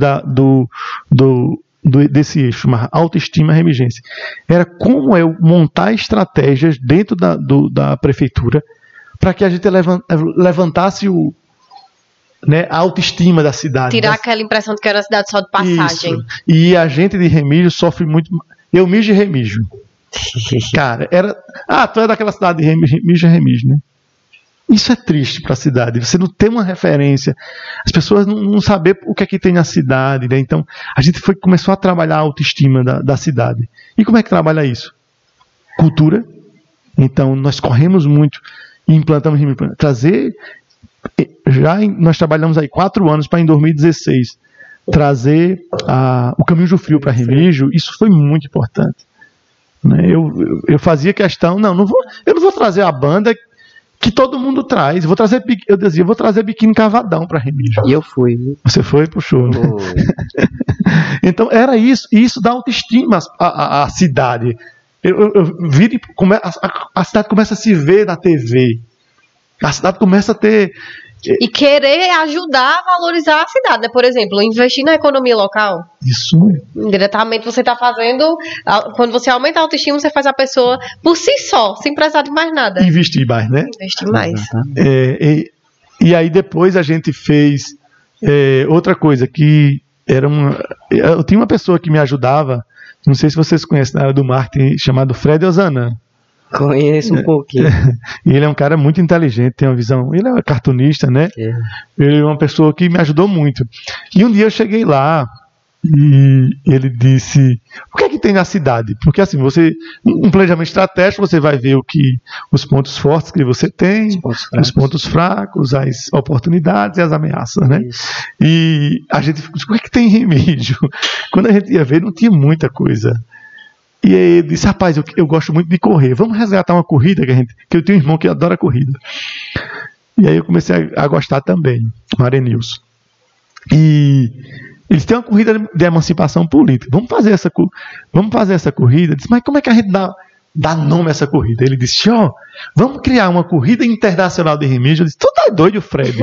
desse eixo, mas autoestima remigência. Era como eu montar estratégias dentro da prefeitura para que a gente levantasse a autoestima da cidade. Tirar aquela impressão de que era uma cidade só de passagem. Isso. E a gente de Remígio sofre muito. Eu mijo de Remígio. Cara, tu é daquela cidade de Remígio, né? Isso é triste para a cidade. Você não tem uma referência. As pessoas não sabem o que é que tem na cidade, né? Então, a gente começou a trabalhar a autoestima da cidade. E como é que trabalha isso? Cultura. Então, nós corremos muito e implantamos trazer. Nós trabalhamos aí 4 anos para em 2016 trazer o Caminho do Frio para Remígio. Isso foi muito importante, né? Eu fazia questão, eu não vou trazer a banda que todo mundo traz. Eu dizia, vou trazer biquíni cavadão para Remígio. E eu fui, viu? Você foi e puxou, né? Então era isso, e isso dá autoestima à cidade. Eu vi a cidade começa a se ver na TV. A cidade começa a ter... E querer ajudar a valorizar a cidade, né? Por exemplo, investir na economia local. Isso. Indiretamente você está fazendo... Quando você aumenta a autoestima, você faz a pessoa por si só, sem precisar de mais nada. Investir mais, né? Investir mais. E aí depois a gente fez outra coisa, que era eu tinha uma pessoa que me ajudava, não sei se vocês conhecem, na área do marketing, chamado Fred Ozanam. Conheço um pouquinho. E ele é um cara muito inteligente, tem uma visão. Ele é cartunista, né? Ele é uma pessoa que me ajudou muito. E um dia eu cheguei lá e ele disse: o que é que tem na cidade? Porque assim, um planejamento estratégico, você vai ver os pontos fortes que você tem, os pontos fracos, as oportunidades e as ameaças, né? Isso. E a gente ficou: o que é que tem em Remígio? Quando a gente ia ver, não tinha muita coisa. E aí ele disse: rapaz, eu gosto muito de correr, vamos resgatar uma corrida que eu tenho um irmão que adora corrida. E aí eu comecei a gostar também, Marenilson. E eles têm uma corrida de emancipação política, vamos fazer essa corrida. Eu disse: mas como é que a gente dá nome a essa corrida? Ele disse: vamos criar uma corrida internacional de Remígio. Eu disse: tu tá doido, Fred?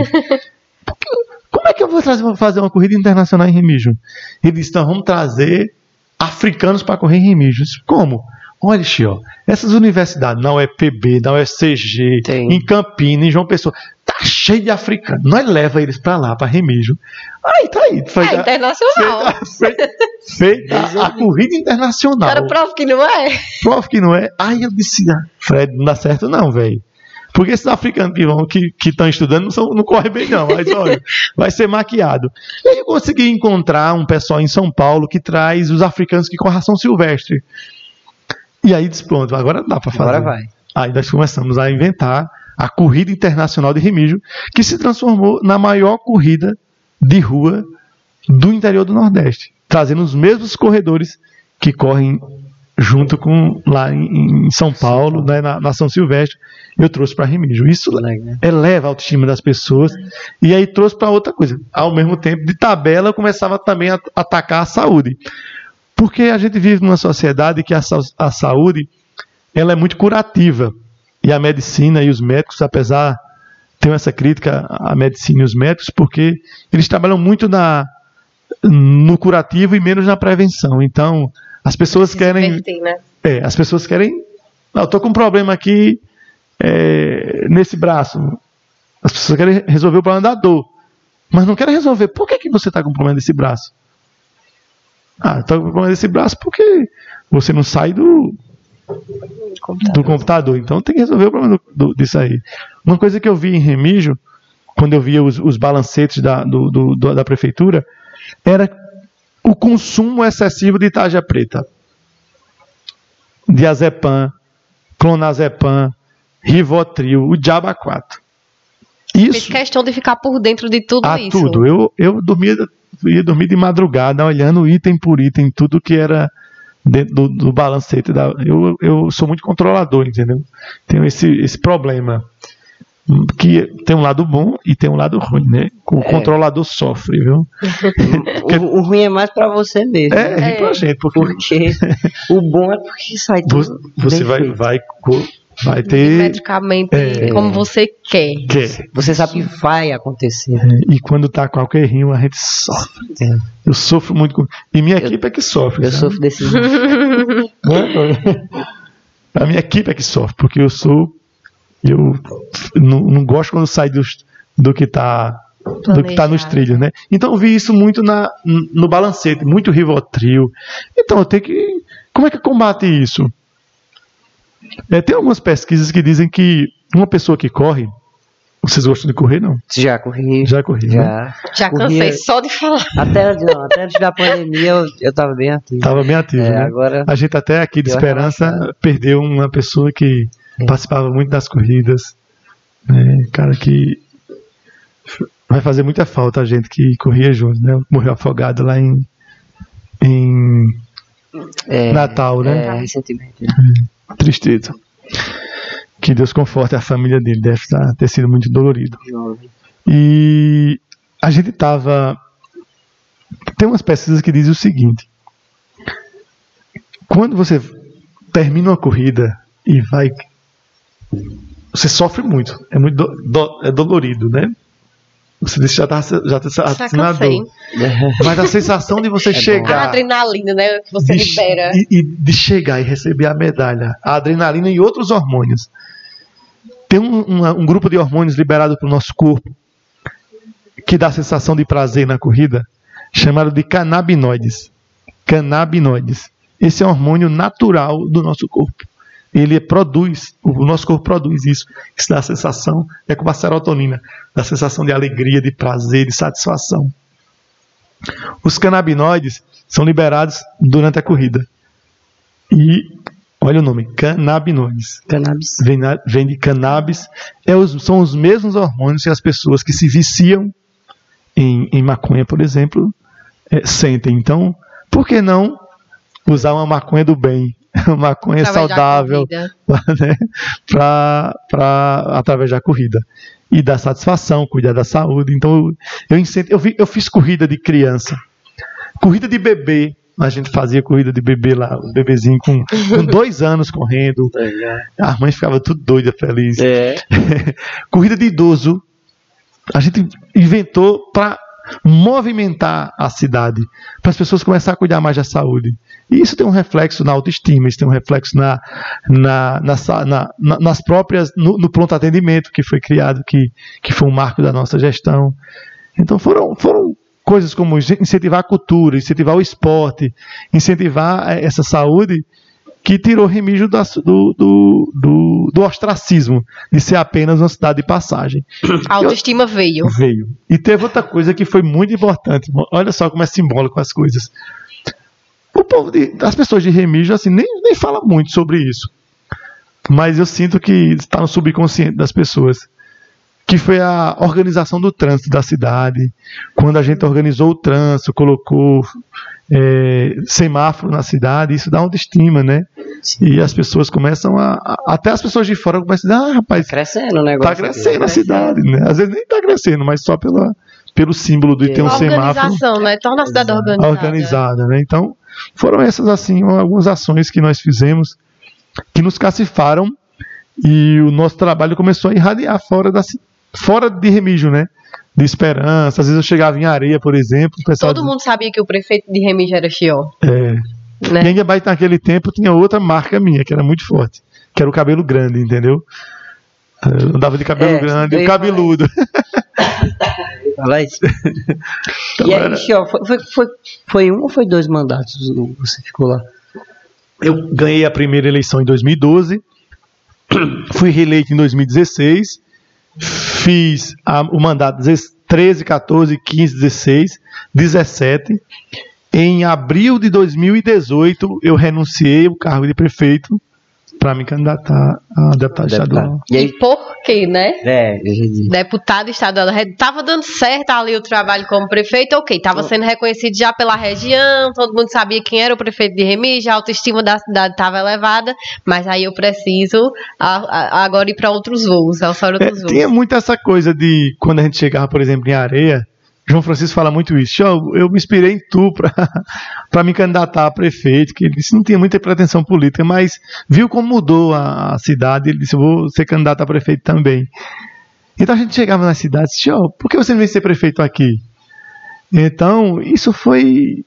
Como é que eu vou fazer uma corrida internacional em Remígio? Ele disse: então vamos trazer africanos para correr em Remígio. Como? Olha, Xio, essas universidades, na UEPB, na UFCG, em Campinas, em João Pessoa, tá cheio de africanos. Nós leva eles para lá, para Remígio. Aí, tá aí. Internacional. Feita a corrida internacional. Cara, prova que não é. Prova que não é. Aí eu disse: Fred, não dá certo não, velho. Porque esses africanos que estão estudando não correm bem não, mas olha, vai ser maquiado. E aí eu consegui encontrar um pessoal em São Paulo que traz os africanos que correm a São Silvestre. E aí disse: pronto, agora dá para fazer. Agora vai. Aí nós começamos a inventar a Corrida Internacional de Remígio, que se transformou na maior corrida de rua do interior do Nordeste, trazendo os mesmos corredores que correm junto com lá em São Paulo, né, na São Silvestre. Eu trouxe para Remígio. Isso eleva a autoestima das pessoas. E aí trouxe para outra coisa. Ao mesmo tempo, de tabela, eu começava também a atacar a saúde. Porque a gente vive numa sociedade que a saúde ela é muito curativa. E a medicina e os médicos, apesar, tem essa crítica à medicina e os médicos, porque eles trabalham muito no curativo e menos na prevenção. Então, as pessoas querem... As pessoas querem... eu estou com um problema aqui nesse braço. As pessoas querem resolver o problema da dor, mas não querem resolver por que você está com um problema desse braço. Está com um problema desse braço porque você não sai do computador. Então tem que resolver o problema disso aí. Uma coisa que eu vi em Remígio, quando eu via os balancetes da prefeitura, era o consumo excessivo de tarja preta, diazepam, clonazepam, Rivotril, o diabo 4. Isso. Fez questão de ficar por dentro de tudo isso. Tudo. Eu ia dormir de madrugada, olhando item por item, tudo que era dentro do balancete. Eu sou muito controlador, entendeu? Tenho esse problema. Que tem um lado bom e tem um lado ruim, né? O controlador sofre, viu? O ruim é mais pra você mesmo. É pra gente. Porque o bom é porque sai tudo. Você vai ter medicamento como você quer. Você sabe que vai acontecer. E quando tá qualquer rinho, a gente sofre. Eu sofro muito. E minha equipe é que sofre. Eu sofro desse jeito. A minha equipe é que sofre, porque eu não gosto quando sai do que tá nos trilhos, né? Então eu vi isso muito no balancete, muito Rivotril. Então eu tenho que... Como é que combate isso? Tem algumas pesquisas que dizem que uma pessoa que corre... Vocês gostam de correr, não? Já corri. Já corri, né? Já cansei só de falar. Até antes da pandemia eu tava bem ativo. Tava bem ativo, né? Agora a gente até aqui de Esperança perdeu uma pessoa que participava muito das corridas. Cara que vai fazer muita falta a gente que corria junto, né? Morreu afogado lá em Natal, né? Recentemente. Tristeza. Que Deus conforte a família dele, deve ter sido muito dolorido. Jovem. E a gente tem umas pesquisas que dizem o seguinte: quando você termina uma corrida e vai, você sofre muito, é muito é dolorido, né? Você já tá assinador. Mas a sensação de você chegar, a adrenalina, né, que você libera, e de chegar e receber a medalha, a adrenalina e outros hormônios. Tem um grupo de hormônios liberado pelo nosso corpo que dá a sensação de prazer na corrida, chamado de canabinoides. Canabinoides. Esse é um hormônio natural do nosso corpo. O nosso corpo produz isso. Isso dá a sensação, é como a serotonina, dá a sensação de alegria, de prazer, de satisfação. Os canabinoides são liberados durante a corrida. E, olha o nome, canabinoides. Cannabis. Vem de cannabis. São os mesmos hormônios que as pessoas que se viciam em maconha, por exemplo, sentem. Então, por que não usar uma maconha do bem? Uma maconha saudável, né, através da corrida. E da satisfação, cuidar da saúde. Então, eu fiz corrida de criança. Corrida de bebê. A gente fazia corrida de bebê lá, os bebezinhos com 2 anos correndo. A mãe ficava tudo doida, feliz. Corrida de idoso. A gente inventou para movimentar a cidade, para as pessoas começarem a cuidar mais da saúde. E isso tem um reflexo na autoestima, isso tem um reflexo nas próprias, no pronto atendimento que foi criado, que foi um marco da nossa gestão. Então foram coisas como incentivar a cultura, incentivar o esporte, incentivar essa saúde, que tirou Remígio do ostracismo, de ser apenas uma cidade de passagem. A autoestima veio. E teve outra coisa que foi muito importante. Olha só como é simbólico as coisas. O povo as pessoas de Remígio assim, nem fala muito sobre isso. Mas eu sinto que está no subconsciente das pessoas. Que foi a organização do trânsito da cidade. Quando a gente organizou o trânsito, colocou semáforo na cidade, isso dá autoestima, né? E as pessoas começam até as pessoas de fora começam a dizer, rapaz, crescendo o negócio, tá crescendo a cidade, né? Às vezes nem tá crescendo, mas só pelo símbolo de ter um semáforo. Organização, né? Torna a cidade organizada, né? Então, foram essas, assim, algumas ações que nós fizemos que nos cacifaram, e o nosso trabalho começou a irradiar fora de Remígio, né? De Esperança. Às vezes eu chegava em Areia, por exemplo. Todo mundo sabia que o prefeito de Remígio era Chió. Né? Engabaú naquele tempo tinha outra marca minha, que era muito forte, que era o cabelo grande, entendeu? Eu andava de cabelo grande, o cabeludo. Fala isso. Então, e aí, Chió, foi 1 ou foi 2 mandatos que você ficou lá? Eu ganhei a primeira eleição em 2012, fui reeleito em 2016, fiz o mandato 13, 14, 15, 16, 17. Em abril de 2018, eu renunciei ao cargo de prefeito para me candidatar a deputado estadual. E por quê, né? Eu deputado estadual. Estava dando certo ali o trabalho como prefeito, ok. Estava sendo reconhecido já pela região, todo mundo sabia quem era o prefeito de Remígio, a autoestima da cidade estava elevada, mas aí eu preciso agora ir para outros voos, alçar outros voos. Tinha muito essa coisa de, quando a gente chegava, por exemplo, em Areia, João Francisco fala muito isso. Eu me inspirei em tu para me candidatar a prefeito, que ele disse que não tinha muita pretensão política, mas viu como mudou a cidade, ele disse, eu vou ser candidato a prefeito também. Então a gente chegava na cidade e disse, por que você não vem ser prefeito aqui? Então isso foi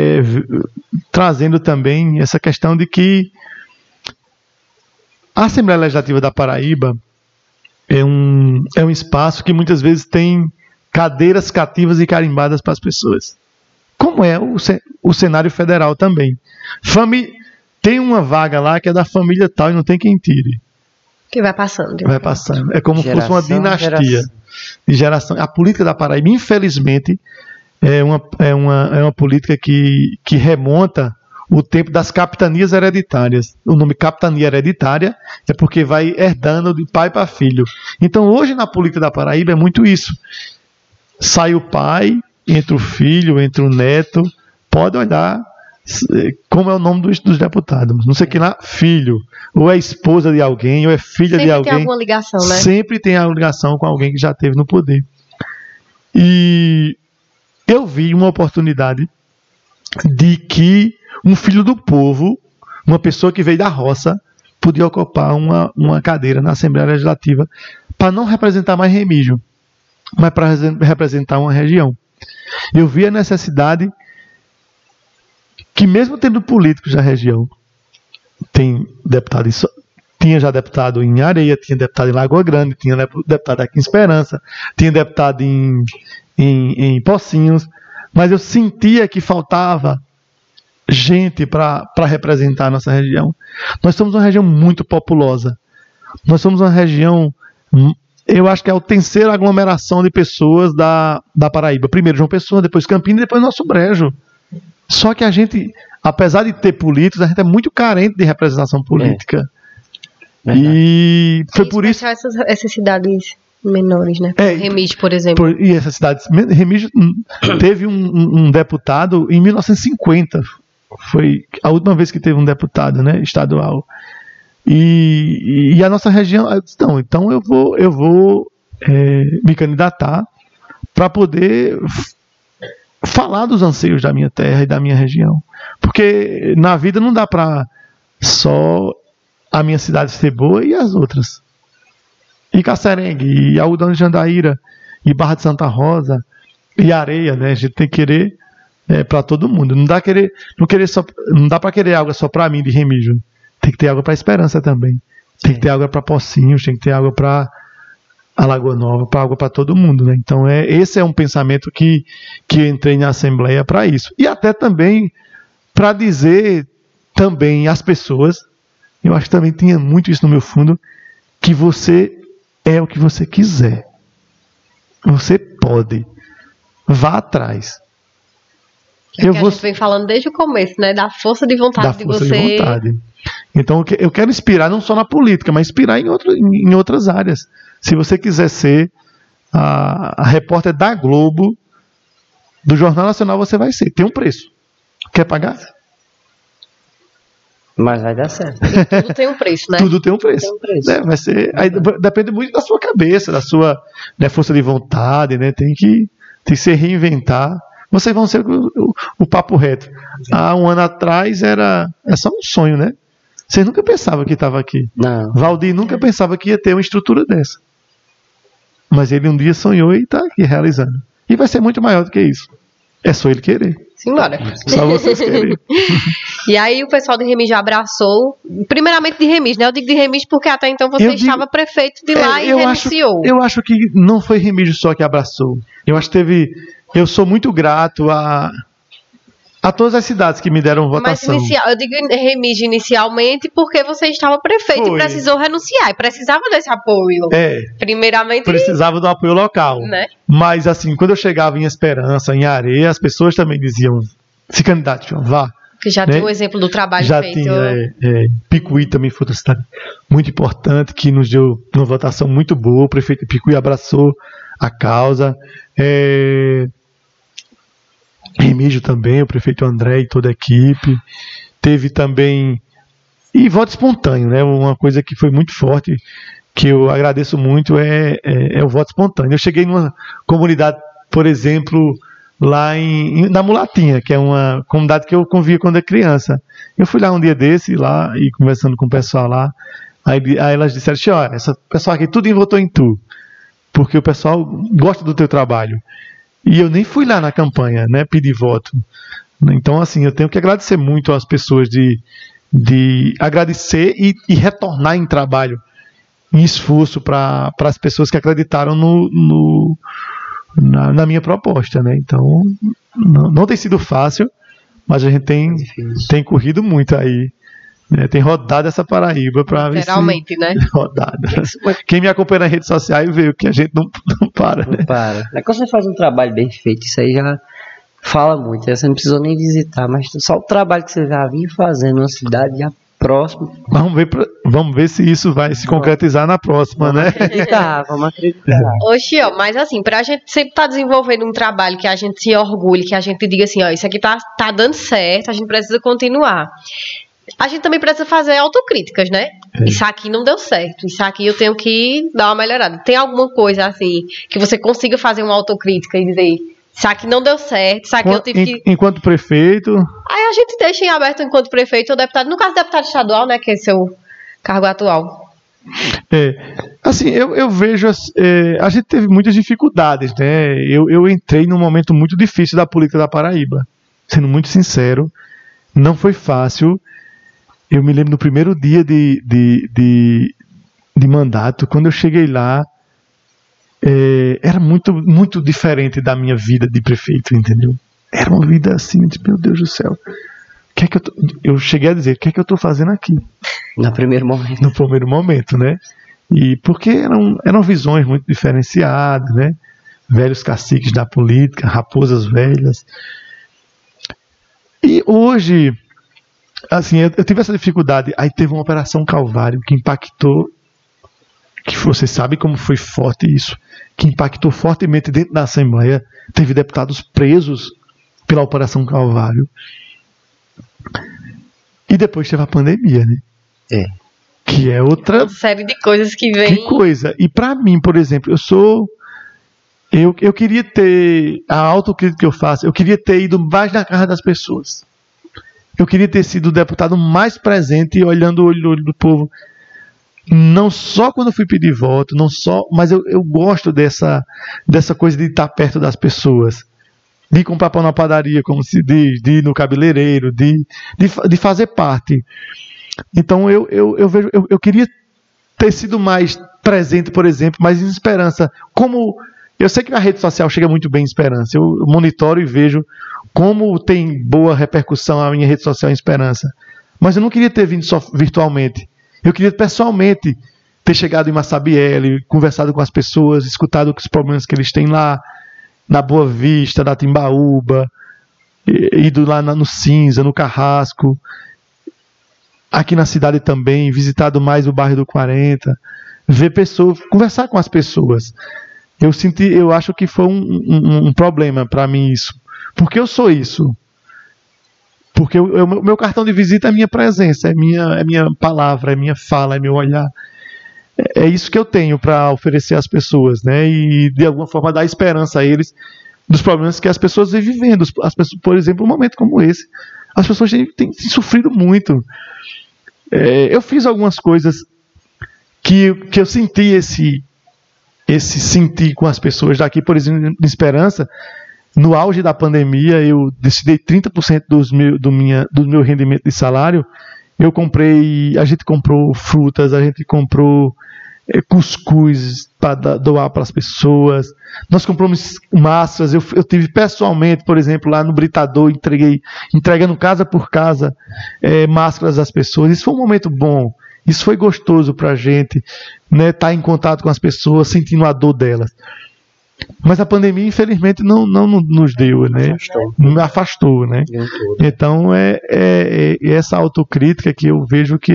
trazendo também essa questão de que a Assembleia Legislativa da Paraíba é um espaço que muitas vezes tem cadeiras cativas e carimbadas para as pessoas. Como é o cenário federal também. Tem uma vaga lá que é da família tal e não tem quem tire. Que vai passando. Vai passando. É como se fosse uma dinastia de geração. A política da Paraíba, infelizmente, é uma política que remonta o tempo das capitanias hereditárias. O nome capitania hereditária é porque vai herdando de pai para filho. Então, hoje, na política da Paraíba, é muito isso. Sai o pai, entra o filho, entra o neto, pode olhar, como é o nome dos deputados. Não sei quem lá, filho. Ou é esposa de alguém, ou é filha de alguém. Sempre tem alguma ligação, né? Sempre tem a ligação com alguém que já esteve no poder. E eu vi uma oportunidade de que um filho do povo, uma pessoa que veio da roça, podia ocupar uma cadeira na Assembleia Legislativa para não representar mais Remígio, mas para representar uma região. Eu vi a necessidade que, mesmo tendo políticos da região, tinha já deputado em Areia, tinha deputado em Lagoa Grande, tinha deputado aqui em Esperança, tinha deputado em Pocinhos, mas eu sentia que faltava gente para representar a nossa região. Nós somos uma região muito populosa. Nós somos uma região, eu acho que é a terceira aglomeração de pessoas da Paraíba. Primeiro João Pessoa, depois Campinas e depois Nosso Brejo. Só que a gente, apesar de ter políticos, a gente é muito carente de representação política. E foi por isso... Essas cidades menores, né? Remígio, por exemplo. E essas cidades... Remígio teve um deputado em 1950. Foi a última vez que teve um deputado, né, estadual. E a nossa região... Então eu vou me candidatar para poder falar dos anseios da minha terra e da minha região. Porque na vida não dá para só a minha cidade ser boa e as outras. E Cacerengue, e Algodão de Jandaíra, e Barra de Santa Rosa, e Areia, né? A gente tem que querer para todo mundo. Não dá para querer água só para mim de Remígio. Tem que ter água para Esperança também. Tem que ter água para Pocinhos, tem que ter água para Alagoa Nova, para água para todo mundo, né? Então esse é um pensamento que eu entrei na Assembleia para isso. E até também para dizer também às pessoas, eu acho que também tinha muito isso no meu fundo, que você é o que você quiser. Você pode. Vá atrás. A gente vem falando desde o começo, né? Da força de vontade de você. De vontade. Então eu quero inspirar não só na política, mas inspirar em outras áreas. Se você quiser ser a repórter da Globo, do Jornal Nacional, você vai ser. Tem um preço. Quer pagar? Mas vai dar certo. E tudo tem um preço, né? Tudo tem um preço. Vai ser, aí depende muito da sua cabeça, da sua força de vontade, né? Tem que se reinventar. Vocês vão ser o papo reto. Há um ano atrás é só um sonho, né? Vocês nunca pensavam que estava aqui. Não. Valdir nunca pensava que ia ter uma estrutura dessa. Mas ele um dia sonhou e está aqui realizando. E vai ser muito maior do que isso. É só ele querer. Simbora. Só vocês querem. E aí o pessoal de Remígio abraçou, primeiramente de Remígio, né? Eu digo de Remígio porque até então você estava prefeito de lá e renunciou. Eu acho que não foi Remígio só que abraçou. Eu acho que eu sou muito grato a todas as cidades que me deram votação. Mas eu digo Remígio inicialmente porque você estava prefeito e precisou renunciar. E precisava desse apoio. Primeiramente. Precisava do apoio local. Né? Mas assim, quando eu chegava em Esperança, em Areia, as pessoas também diziam, se candidate, vá. Que já tinha o exemplo do trabalho feito. Já tinha. Picuí também foi outra cidade muito importante, que nos deu uma votação muito boa. O prefeito de Picuí abraçou a causa. Remígio também, o prefeito André e toda a equipe. Teve também... E voto espontâneo, né? Uma coisa que foi muito forte, que eu agradeço muito, é o voto espontâneo. Eu cheguei numa comunidade, por exemplo, lá na Mulatinha, que é uma comunidade que eu convivia quando era criança. Eu fui lá um dia desse, lá, e conversando com o pessoal lá, aí elas disseram, olha, esse pessoal aqui tudo votou em tu, porque o pessoal gosta do teu trabalho. E eu nem fui lá na campanha, né, pedir voto. Então, assim, eu tenho que agradecer muito às pessoas de agradecer e retornar em trabalho, em esforço para as pessoas que acreditaram na minha proposta, né? Então, não tem sido fácil, mas a gente tem corrido muito aí. Tem rodado essa Paraíba para ver se... Literalmente, né? Rodada. Quem me acompanha nas redes sociais vê que a gente não para, né? Não para. É quando você faz um trabalho bem feito, isso aí já fala muito. Você não precisou nem visitar, mas só o trabalho que você já vinha fazendo na cidade já Próximo. Vamos ver se isso vai se concretizar na próxima, né? Vamos acreditar. Oxi, ó, mas assim, pra gente sempre estar desenvolvendo um trabalho que a gente se orgulhe, que a gente diga assim, ó, isso aqui tá dando certo, a gente precisa continuar. A gente também precisa fazer autocríticas, né? Isso aqui não deu certo, isso aqui eu tenho que dar uma melhorada. Tem alguma coisa assim, que você consiga fazer uma autocrítica e dizer, isso aqui não deu certo, isso aqui eu tive que... Enquanto prefeito... Aí a gente deixa em aberto enquanto prefeito ou deputado, no caso deputado estadual, né, que é seu cargo atual. Assim, eu vejo, a gente teve muitas dificuldades, né, eu entrei num momento muito difícil da política da Paraíba, sendo muito sincero, não foi fácil. Eu me lembro no primeiro dia de mandato, quando eu cheguei lá, era muito, muito diferente da minha vida de prefeito, entendeu? Era uma vida assim, de meu Deus do céu. Eu cheguei a dizer, o que é que eu estou fazendo aqui? No primeiro momento. No primeiro momento, né? E porque eram visões muito diferenciadas, né? Velhos caciques da política, raposas velhas. E hoje, assim, eu tive essa dificuldade. Aí teve uma Operação Calvário que impactou, que você sabe como foi forte isso, que impactou fortemente dentro da Assembleia. Teve deputados presos pela Operação Calvário. E depois teve a pandemia, né? Que é outra... Uma série de coisas que vem... Que coisa. E pra mim, por exemplo, eu queria ter, a autocrítica que eu faço, eu queria ter ido mais na casa das pessoas. Eu queria ter sido o deputado mais presente, olhando o olho do povo. Não só quando eu fui pedir voto, mas eu gosto dessa coisa de estar perto das pessoas. De comprar pão na padaria, como se diz, de ir no cabeleireiro, de fazer parte. Então eu queria ter sido mais presente, por exemplo, mas em Esperança. Como eu sei que na rede social chega muito bem em Esperança, eu monitoro e vejo como tem boa repercussão a minha rede social em Esperança. Mas eu não queria ter vindo só virtualmente. Eu queria pessoalmente ter chegado em Massabielle, conversado com as pessoas, escutado os problemas que eles têm lá, na Boa Vista, na Timbaúba, ido lá no Cinza, no Carrasco, aqui na cidade também, visitado mais o bairro do 40, ver pessoas, conversar com as pessoas. Eu acho que foi um problema para mim isso. Porque eu sou isso. Porque o meu cartão de visita é a minha presença, é minha palavra, é minha fala, é meu olhar. É isso que eu tenho para oferecer às pessoas, né? E de alguma forma dar esperança a eles dos problemas que as pessoas vêm vivendo. As pessoas, por exemplo, um momento como esse, as pessoas têm sofrido muito. Eu fiz algumas coisas que eu senti esse sentir com as pessoas daqui, por exemplo, de Esperança. No auge da pandemia, eu decidi 30% do meu rendimento de salário. A gente comprou frutas, a gente comprou cuscuz para doar para as pessoas. Nós compramos máscaras. Eu tive pessoalmente, por exemplo, lá no Britador, entregando casa por casa máscaras às pessoas. Isso foi um momento bom. Isso foi gostoso para a gente, né, estar em contato com as pessoas, sentindo a dor delas. Mas a pandemia, infelizmente, não nos deu, né? Me afastou, né? Então, essa autocrítica que eu vejo que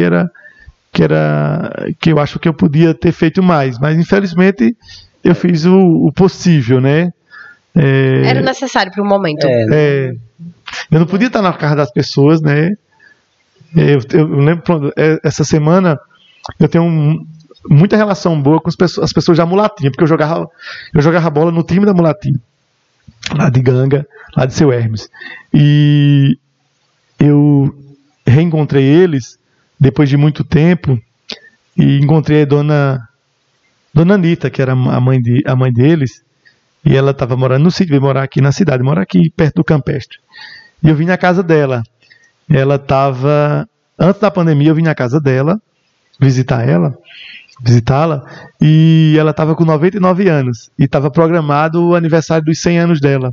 eu acho que eu podia ter feito mais. Mas, infelizmente, eu fiz o possível, né? Era necessário para o momento. Eu não podia estar na casa das pessoas, né? Eu lembro, essa semana, eu tenho muita relação boa com as pessoas da Mulatinha, porque eu jogava bola no time da Mulatinha, lá de Ganga, lá de Seu Hermes. E eu reencontrei eles depois de muito tempo e encontrei a dona Anitta, que era a mãe deles, e ela estava morando no sítio, veio morar aqui na cidade, mora aqui perto do Campestre. E eu vim na casa dela. Ela estava, antes da pandemia, eu vim na casa dela visitá-la, e ela estava com 99 anos e estava programado o aniversário dos 100 anos dela.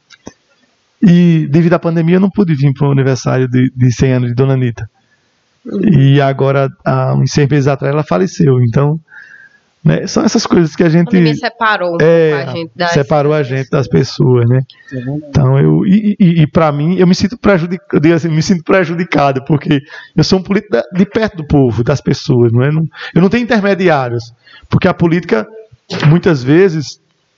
E devido à pandemia eu não pude vir para o aniversário de 100 anos de Dona Anitta. E agora, há uns 6 meses atrás, ela faleceu. Então, Né? São essas coisas que a gente... A pandemia separou a gente das pessoas, né? Então, para mim, eu me sinto prejudicado, porque eu sou um político de perto do povo, das pessoas, não é? Eu não tenho intermediários, porque a política, muitas vezes,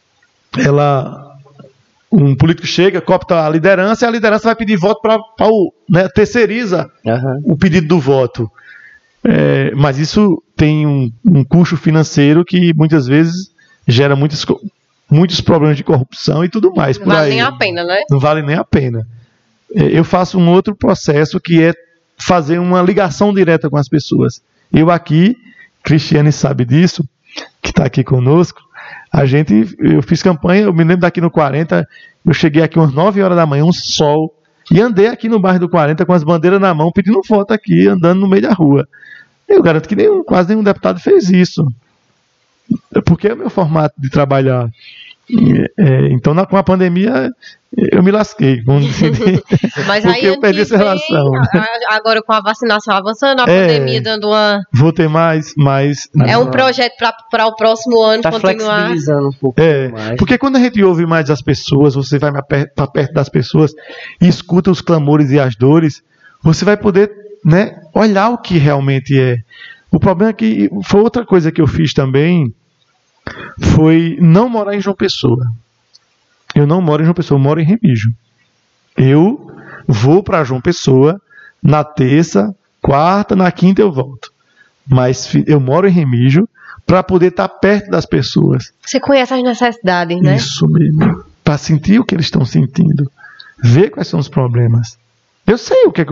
um político chega, copta a liderança, e a liderança vai pedir voto para terceiriza o pedido do voto. Mas isso tem um custo financeiro que muitas vezes gera muitos problemas de corrupção e tudo mais. Não vale nem a pena, né? Não vale nem a pena. Eu faço um outro processo que é fazer uma ligação direta com as pessoas. Eu aqui, Cristiane sabe disso, que está aqui conosco, eu fiz campanha, eu me lembro daqui no 40, eu cheguei aqui umas 9 horas da manhã, um sol, e andei aqui no bairro do 40 com as bandeiras na mão, pedindo voto aqui, andando no meio da rua. Eu garanto que quase nenhum deputado fez isso. Porque é o meu formato de trabalhar. Então, com a pandemia, eu me lasquei. Mas porque aí, eu perdi essa relação. Agora, com a vacinação avançando, a pandemia dando uma... Vou ter mais... É um projeto para o próximo ano continuar... Flexibilizando um pouco mais. Porque quando a gente ouve mais as pessoas, você vai para perto das pessoas e escuta os clamores e as dores, você vai poder... né, olhar o que realmente é. O problema é que foi outra coisa que eu fiz também, foi não morar em João Pessoa. Eu não moro em João Pessoa, eu moro em Remígio. Eu vou para João Pessoa na terça, quarta, na quinta eu volto. Mas eu moro em Remígio para poder estar perto das pessoas. Você conhece as necessidades, né? Isso mesmo. Para sentir o que eles estão sentindo. Ver quais são os problemas. Eu sei o que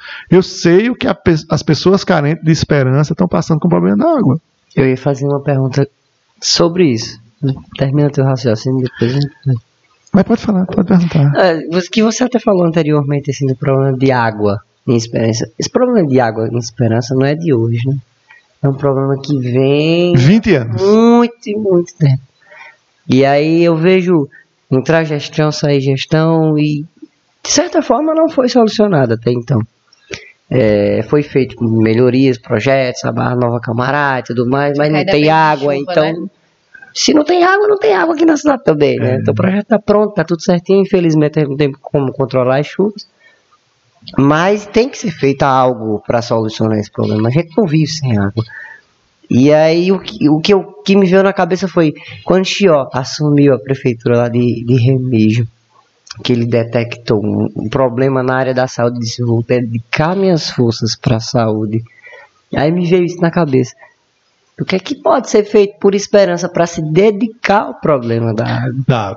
as pessoas carentes de esperança estão passando com o problema da água. Eu ia fazer uma pergunta sobre isso. Termina teu raciocínio depois. Mas pode falar, pode perguntar. Que você até falou anteriormente assim, do problema de água em Esperança. Esse problema de água em Esperança não é de hoje, né? É um problema que vem... 20 anos. Muito tempo. E aí eu vejo entrar gestão, sair gestão e... de certa forma não foi solucionado até então. Foi feito melhorias, projetos, a Nova Camará e tudo mais, mas não tem água, chuva, então... né? Se não tem água, não tem água aqui na cidade também, né? Então o projeto está pronto, está tudo certinho, infelizmente não tem como controlar as chuvas. Mas tem que ser feito algo para solucionar esse problema. A gente não vive sem água. E aí o que me veio na cabeça foi quando o Chió assumiu a prefeitura lá de Remígio, que ele detectou um problema na área da saúde, disse: vou dedicar minhas forças para a saúde. Aí me veio isso na cabeça. O que é que pode ser feito por Esperança para se dedicar ao problema da água?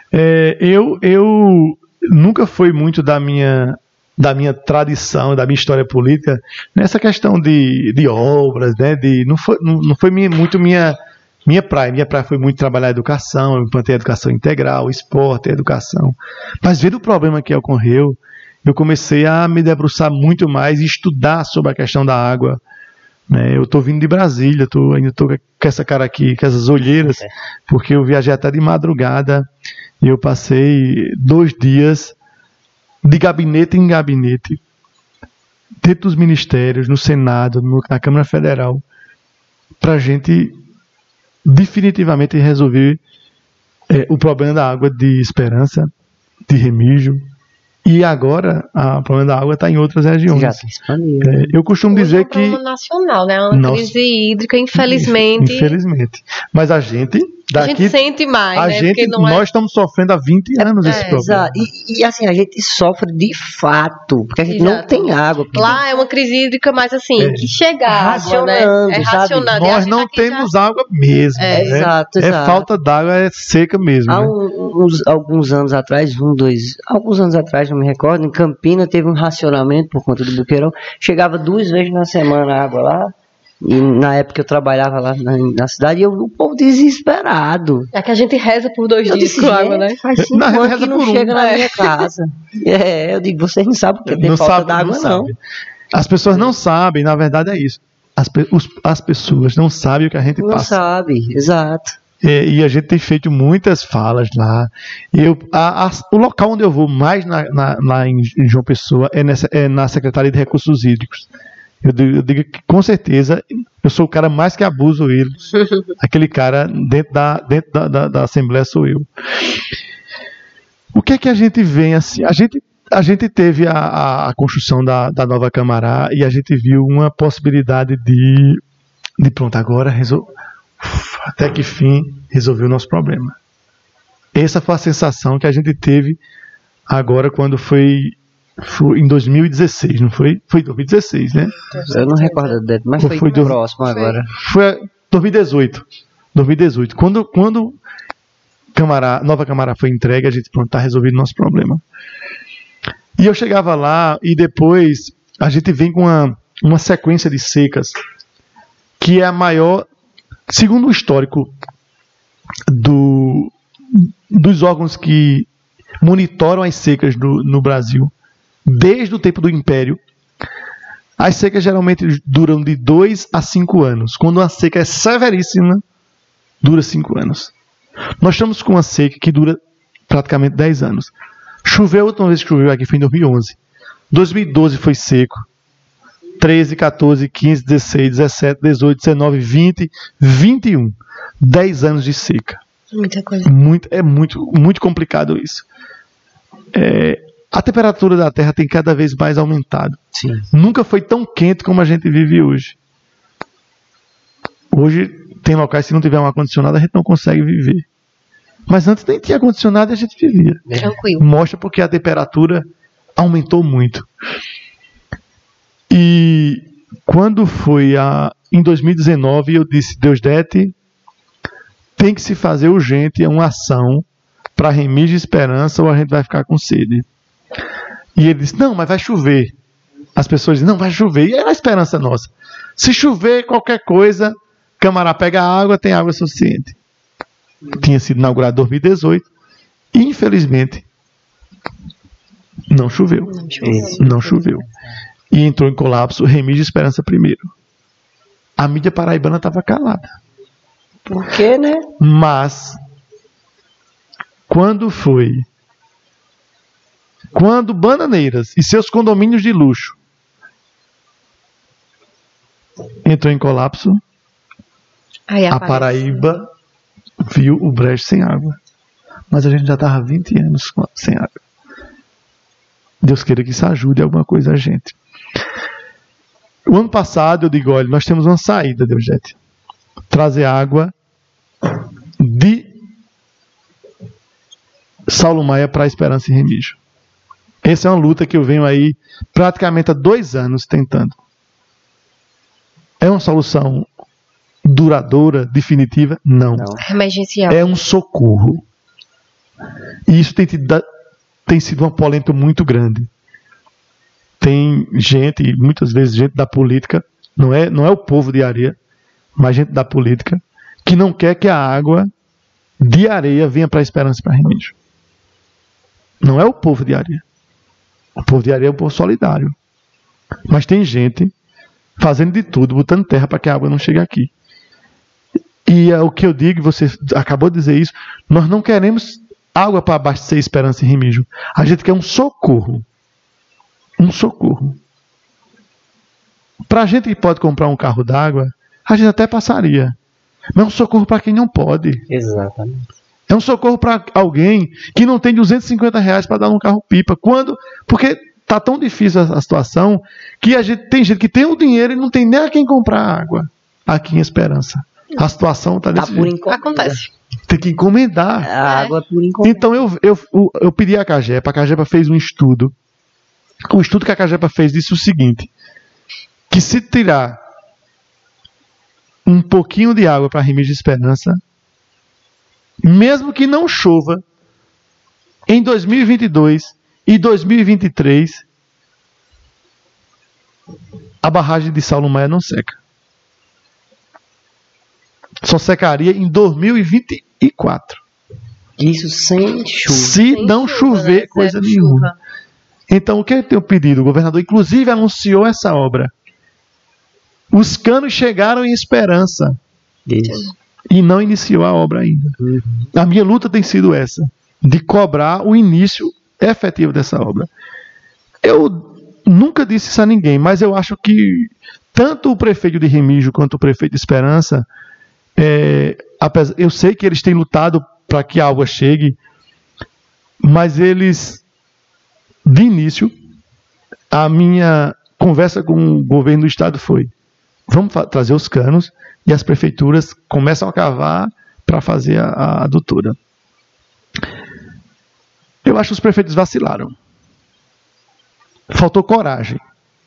Eu nunca fui muito da minha tradição, da minha história política, nessa questão de obras, né? Não foi muito minha praia. Minha praia foi muito trabalhar a educação, eu implantei a educação integral, esporte, educação. Mas vendo o problema que ocorreu, eu comecei a me debruçar muito mais e estudar sobre a questão da água. Eu estou vindo de Brasília, ainda estou com essa cara aqui, com essas olheiras, porque eu viajei até de madrugada e eu passei 2 dias de gabinete em gabinete, dentro dos ministérios, no Senado, na Câmara Federal, para a gente definitivamente resolver o problema da água de Esperança, de Remígio, e agora o problema da água está em outras regiões. Já está expandido. Eu costumo dizer que... É um problema nacional, né? É uma crise hídrica, infelizmente. Infelizmente. Mas a gente... a gente sente mais, né? Nós estamos sofrendo há 20 anos esse problema. Exato. E assim, a gente sofre de fato, porque a gente não tem água. Lá é uma crise hídrica, mas assim, que chega água, né? É racionando. Nós não temos água mesmo. Exato. É falta d'água, é seca mesmo. Há alguns anos atrás, alguns anos atrás, não me recordo, em Campina teve um racionamento por conta do buqueirão. Chegava 2 vezes na semana a água lá. E na época eu trabalhava lá na cidade e o povo desesperado. É que a gente reza por 2 dias com água, né? Faz 5 anos que não chega na minha casa. Eu digo, vocês não sabem porque tem falta d'água, não. As pessoas não sabem, na verdade é isso. As pessoas não sabem o que a gente passa. Não sabe, exato. E a gente tem feito muitas falas lá. O local onde eu vou mais lá em João Pessoa é na Secretaria de Recursos Hídricos. Eu digo que com certeza Eu sou o cara mais que abuso ele. Aquele cara dentro da Assembleia sou eu. O que é que a gente vê assim? A gente teve a construção da nova Camará e a gente viu uma possibilidade de pronto, agora até que fim resolveu o nosso problema. Essa foi a sensação que a gente teve agora quando foi em 2016, não foi? Foi 2016, né? Eu não recordo dele, mas foi próximo agora. Foi 2018. Quando Nova Camará foi entregue, a gente pronto, tá resolvido o nosso problema. E eu chegava lá e depois a gente vem com uma sequência de secas que é a maior, segundo o histórico dos órgãos que monitoram as secas no Brasil, desde o tempo do Império. As secas geralmente duram de 2 a 5 anos. Quando uma seca é severíssima, dura 5 anos. Nós estamos com uma seca que dura praticamente 10 anos. Choveu, a última vez que choveu aqui foi em 2011. 2012 foi seco. 13, 14, 15, 16, 17, 18, 19, 20, 21. 10 anos de seca. Muita coisa. É muito complicado isso. A temperatura da Terra tem cada vez mais aumentado. Sim. Nunca foi tão quente como a gente vive hoje. Hoje tem locais que se não tiver um ar-condicionado a gente não consegue viver. Mas antes nem tinha ar-condicionado e a gente vivia. Tranquilo. Mostra porque a temperatura aumentou muito. E quando foi em 2019 eu disse, Deusdete, tem que se fazer urgente uma ação para Remígio e Esperança ou a gente vai ficar com sede. E ele disse, não, mas vai chover. As pessoas dizem, não, vai chover. E era a esperança nossa. Se chover qualquer coisa, Camará pega água, tem água suficiente. Tinha sido inaugurado em 2018 e infelizmente não choveu. Não choveu. E entrou em colapso Remígio e Esperança primeiro. A mídia paraibana estava calada. Por quê, né? Mas quando Bananeiras e seus condomínios de luxo entrou em colapso, a Paraíba viu o brejo sem água. Mas a gente já estava 20 anos sem água. Deus queira que isso ajude alguma coisa a gente. O ano passado eu digo, olha, nós temos uma saída, Deusdete. Trazer água de Saulo Maia para Esperança e Remígio. Essa é uma luta que eu venho aí praticamente há 2 anos tentando. É uma solução duradoura, definitiva? Não. Emergencial. É um socorro. E isso tem sido uma polêmica muito grande. Tem gente, muitas vezes gente da política, não é o povo de Areia, mas gente da política, que não quer que a água de Areia venha para a Esperança e para Remígio. Não é o povo de Areia. O povo de Areia é um povo solidário. Mas tem gente fazendo de tudo, botando terra para que a água não chegue aqui. E é o que eu digo, você acabou de dizer isso, nós não queremos água para abastecer Esperança e Remígio. A gente quer um socorro. Um socorro. Para a gente que pode comprar um carro d'água, a gente até passaria. Mas é um socorro para quem não pode. Exatamente. É um socorro para alguém que não tem R$250 para dar um carro-pipa. Porque está tão difícil a situação que tem gente que tem o dinheiro e não tem nem a quem comprar água aqui em Esperança. A situação está desse jeito. Acontece. Tem que encomendar. A água por encomendar. Então eu pedi à Cagepa. A Cagepa fez um estudo. O estudo que a Cagepa fez disse o seguinte: que se tirar um pouquinho de água para Remígio e Esperança, mesmo que não chova, em 2022 e 2023, a barragem de Saulo Maia não seca. Só secaria em 2024. Isso sem chuva. Se não chover, né? coisa nenhuma. Então, o que eu tenho pedido? O governador, inclusive, anunciou essa obra. Os canos chegaram em Esperança. Isso. E não iniciou a obra ainda. Uhum. A minha luta tem sido essa, de cobrar o início efetivo dessa obra. Eu nunca disse isso a ninguém, mas eu acho que tanto o prefeito de Remígio quanto o prefeito de Esperança, eu sei que eles têm lutado para que a água chegue, mas eles, de início, a minha conversa com o governo do estado foi: vamos trazer os canos, e as prefeituras começam a cavar para fazer a adutora. Eu acho que os prefeitos vacilaram. Faltou coragem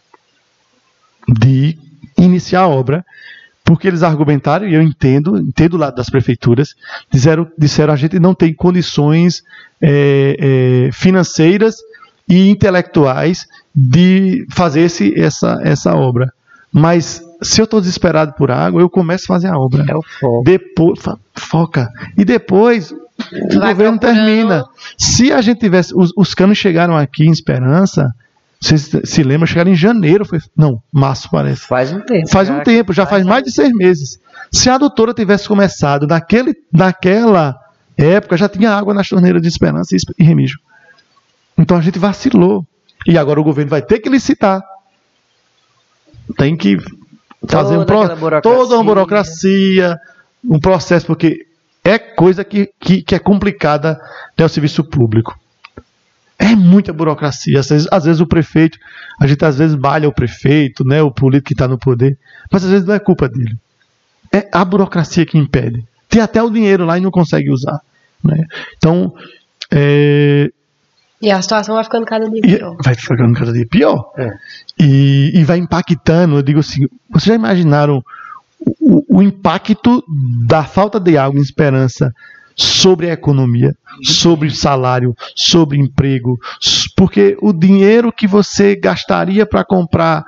de iniciar a obra, porque eles argumentaram, e eu entendo o lado das prefeituras, disseram a gente não tem condições financeiras e intelectuais de fazer essa obra. Mas se eu estou desesperado por água, eu começo a fazer a obra. É o foco. Depois, foca. E depois o governo termina. Se a gente tivesse... Os canos chegaram aqui em Esperança, vocês se lembram, chegaram em janeiro. Março parece. Faz um tempo. Já faz mais de 6 meses. Se a adutora tivesse começado naquela época, já tinha água nas torneiras de Esperança e Remígio. Então a gente vacilou. E agora o governo vai ter que licitar. Tem que fazer toda uma burocracia, um processo, porque é coisa que é complicada no serviço público. É muita burocracia. Às vezes o prefeito, a gente às vezes balha o prefeito, né, o político que está no poder, mas às vezes não é culpa dele. É a burocracia que impede. Tem até o dinheiro lá e não consegue usar. Né? Então, e a situação vai ficando cada dia pior. Vai ficando cada dia pior. E vai impactando. Eu digo assim, vocês já imaginaram o impacto da falta de água em Esperança sobre a economia, sobre o salário, sobre emprego? Porque o dinheiro que você gastaria para comprar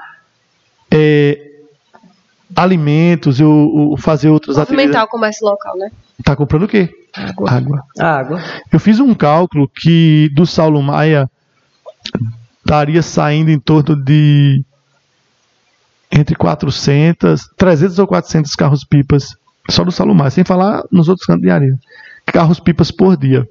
alimentos ou fazer outras atividades... Movimentar o comércio local, né? Está comprando o quê? Água. Eu fiz um cálculo que do Saulo Maia estaria saindo em torno de entre 300 ou 400 carros-pipas só do Saulo Maia, sem falar nos outros cantos de areia. Carros-pipas por dia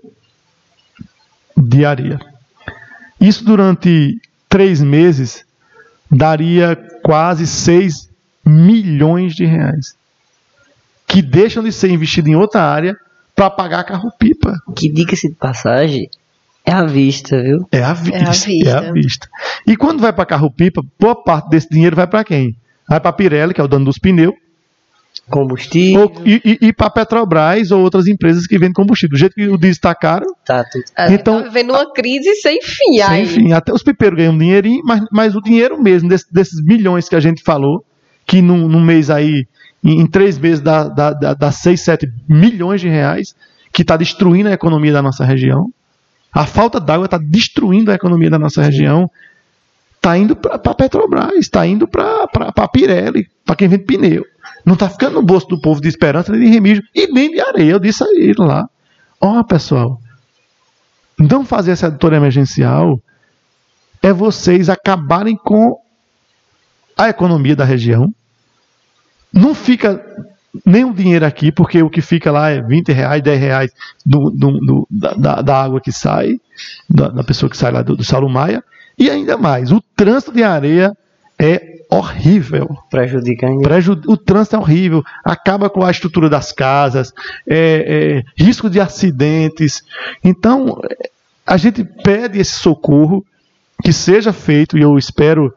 de areia. Isso durante 3 meses daria quase 6 milhões de reais que deixam de ser investidos em outra área para pagar carro-pipa. Que, diga-se de passagem, é à vista, viu? É à vista. E quando vai para carro-pipa, boa parte desse dinheiro vai para quem? Vai para a Pirelli, que é o dono dos pneus. Combustível. E para a Petrobras ou outras empresas que vendem combustível. Do jeito que o diesel está caro. Tá tudo. Então, tá vivendo uma crise sem fim. Sem fim. Até os pipeiros ganham um dinheirinho, mas o dinheiro mesmo, desses milhões que a gente falou, que num mês aí, em 3 meses, dá 6, 7 milhões de reais, que está destruindo a economia da nossa região. A falta d'água está destruindo a economia da nossa região. Está indo para a Petrobras, está indo para a Pirelli, para quem vende pneu. Não está ficando no bolso do povo de Esperança, nem de Remígio, e nem de Areia. Eu disse a ele lá: pessoal, não fazer essa auditoria emergencial é vocês acabarem com a economia da região. Não fica nenhum dinheiro aqui, porque o que fica lá é R$20, R$10 da água que sai, da pessoa que sai lá do Saulo Maia. E ainda mais, o trânsito de areia é horrível. Prejudica ainda. O trânsito é horrível, acaba com a estrutura das casas, risco de acidentes. Então, a gente pede esse socorro que seja feito, e eu espero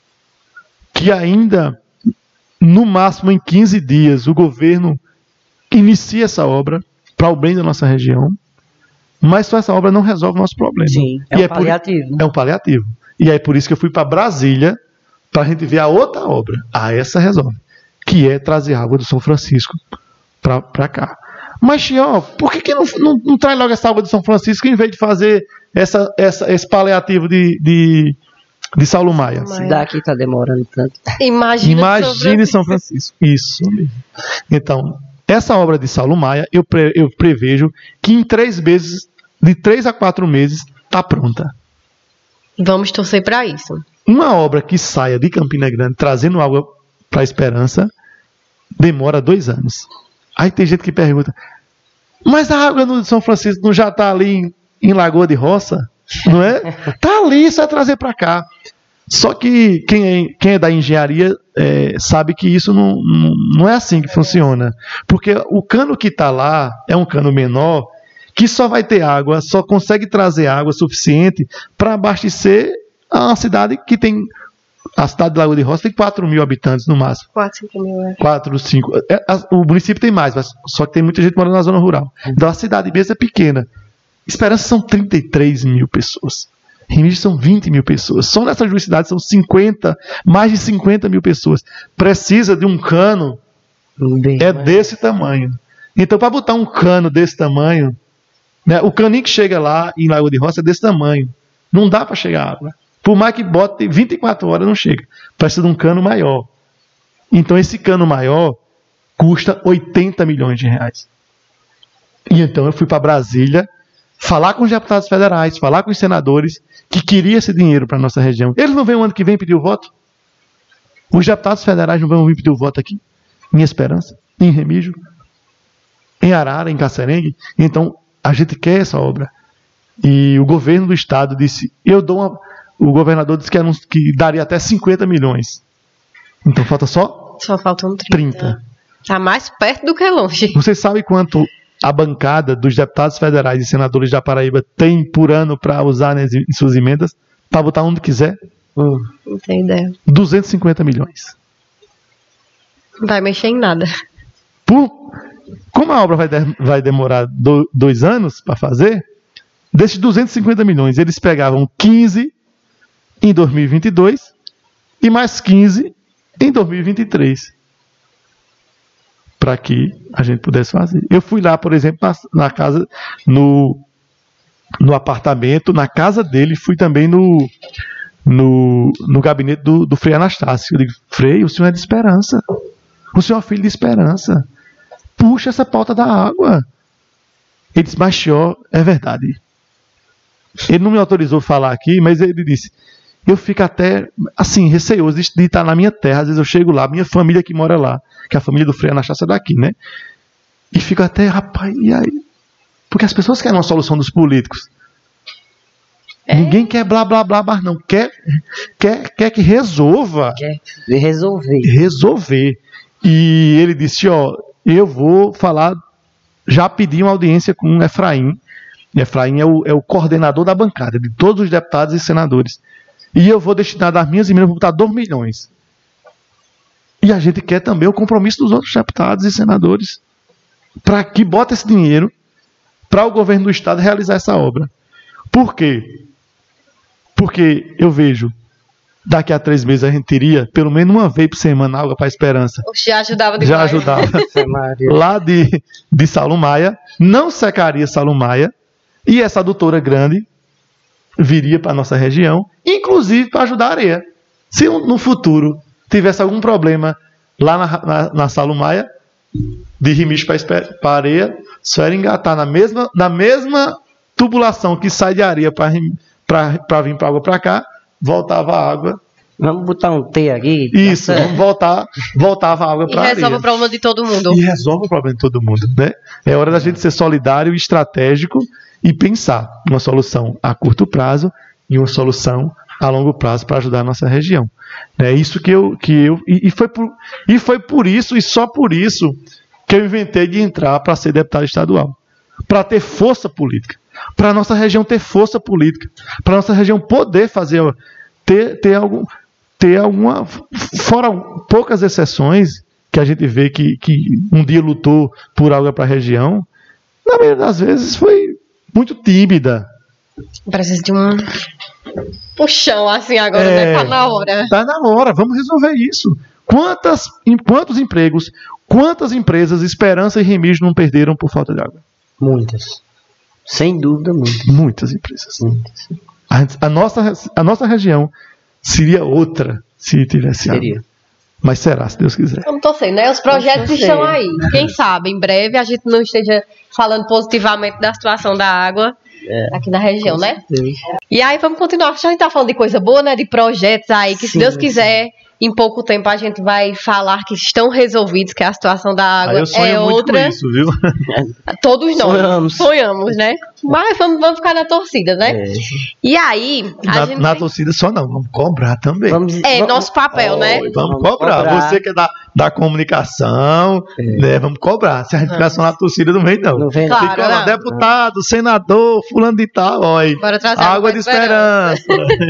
que ainda, no máximo em 15 dias, o governo inicie essa obra para o bem da nossa região. Mas só essa obra não resolve o nosso problema. Sim, é um paliativo. É um paliativo. E é por isso que eu fui para Brasília, para a gente ver a outra obra. Essa resolve. Que é trazer água do São Francisco para cá. Mas, Chião, por que não traz logo essa água do São Francisco em vez de fazer esse paliativo de Saulo Maia? Se daqui está demorando tanto. Imagine São Francisco. Isso mesmo. Então, essa obra de Saulo Maia, eu prevejo que em 3 meses, de 3 a 4 meses, está pronta. Vamos torcer para isso. Uma obra que saia de Campina Grande, trazendo água para a Esperança, demora 2 anos. Aí tem gente que pergunta: mas a água do São Francisco não já está ali em Lagoa de Roça? Não é? Está ali, só é trazer para cá. Só que quem é da engenharia sabe que isso não é assim que funciona. Porque o cano que está lá é um cano menor, que só vai ter água, só consegue trazer água suficiente para abastecer a cidade que tem... A cidade de Lagoa de Roça tem 4 mil habitantes no máximo. 4, 5 mil, 4, 5. O município tem mais, mas só que tem muita gente morando na zona rural. Então a cidade mesmo é pequena. Esperança são 33 mil pessoas. Remígio são 20 mil pessoas. Só nessas duas cidades são mais de 50 mil pessoas. Precisa de um cano desse tamanho. Então, para botar um cano desse tamanho, né, o caninho que chega lá em Lagoa de Roça é desse tamanho. Não dá para chegar água. Por mais que bote 24 horas, não chega. Precisa de um cano maior. Então, esse cano maior custa 80 milhões de reais. E então eu fui para Brasília falar com os deputados federais, falar com os senadores que queriam esse dinheiro para a nossa região. Eles não vêm o ano que vem pedir o voto? Os deputados federais não vão vir pedir o voto aqui? Em Esperança, em Remígio, em Arara, em Casserengue? Então, a gente quer essa obra. E o governo do estado disse, o governador disse que daria até 50 milhões. Então falta só? Só faltam 30. Tá mais perto do que longe. Vocês sabem quanto a bancada dos deputados federais e senadores da Paraíba tem por ano para usar em suas emendas? Para botar onde quiser? Não tem ideia. 250 milhões. Não vai mexer em nada. Como a obra vai demorar 2 anos para fazer, desses 250 milhões, eles pegavam 15 em 2022 e mais 15 em 2023. Para que a gente pudesse fazer. Eu fui lá, por exemplo, na casa, no apartamento, na casa dele, fui também no gabinete do Frei Anastácio. Eu digo, Frei, o senhor é de Esperança. O senhor é filho de Esperança. Puxa essa pauta da água. Ele disse, mas senhor, é verdade. Ele não me autorizou a falar aqui, mas ele disse, eu fico até, assim, receoso de estar na minha terra. Às vezes eu chego lá, minha família que mora lá, que a família do Frei Anastácio é daqui, né? E fico até, rapaz, e aí? Porque as pessoas querem uma solução dos políticos. Ninguém quer blá, blá, blá, mas não. Quer que resolva. Quer resolver. Resolver. E ele disse, eu vou falar, já pedi uma audiência com o Efraim. Efraim é o coordenador da bancada, de todos os deputados e senadores. E eu vou destinar das minhas emendas, vou botar 2 milhões. E a gente quer também o compromisso dos outros deputados e senadores para que bota esse dinheiro para o governo do estado realizar essa obra. Por quê? Porque eu vejo, daqui a 3 meses a gente teria pelo menos uma vez por semana água para a Esperança. Já ajudava demais. Já ajudava. Lá de Salumaia, não secaria Salumaia, e essa adutora grande viria para a nossa região, inclusive para ajudar a areia. Se no futuro tivesse algum problema lá na Salumaia, de Remígio para areia, só era engatar na mesma tubulação que sai de areia para vir para água para cá, voltava a água. Vamos botar um T aqui. Isso, voltava a água para areia. E resolve o problema de todo mundo. E resolve o problema de todo mundo, né? É hora da gente ser solidário e estratégico e pensar uma solução a curto prazo e uma solução a longo prazo para ajudar a nossa região. É isso foi por isso e só por isso que eu inventei de entrar para ser deputado estadual, para ter força política, para a nossa região ter força política, para a nossa região poder fazer ter alguma, fora poucas exceções que a gente vê que um dia lutou por algo para a região, na maioria das vezes foi muito tímida. Precisa de um puxão assim agora, né? Tá na hora. Tá na hora, vamos resolver isso. Quantos empregos, quantas empresas Esperança e Remígio não perderam por falta de água? Muitas. Sem dúvida, muitas. Muitas empresas. Muitas. A nossa região seria outra se tivesse água. Mas será, se Deus quiser. Vamos torcer, né? Os projetos estão aí. Quem sabe, em breve a gente não esteja falando positivamente da situação da água aqui na região, né? E aí vamos continuar. A gente tá falando de coisa boa, né? De projetos aí, que se Deus quiser, em pouco tempo a gente vai falar que estão resolvidos, que a situação da água é outra. Muito com isso, viu? Todos nós sonhamos, né? Mas vamos ficar na torcida, né? E aí, na torcida só não, vamos cobrar também. Nosso papel, né? Vamos cobrar. Você que é da comunicação, né? Vamos cobrar. Se a gente ficar só na torcida, não vem, não. Não vem, claro, fica lá, deputado, senador, fulano de tal, olha. Bora trazer água de esperança.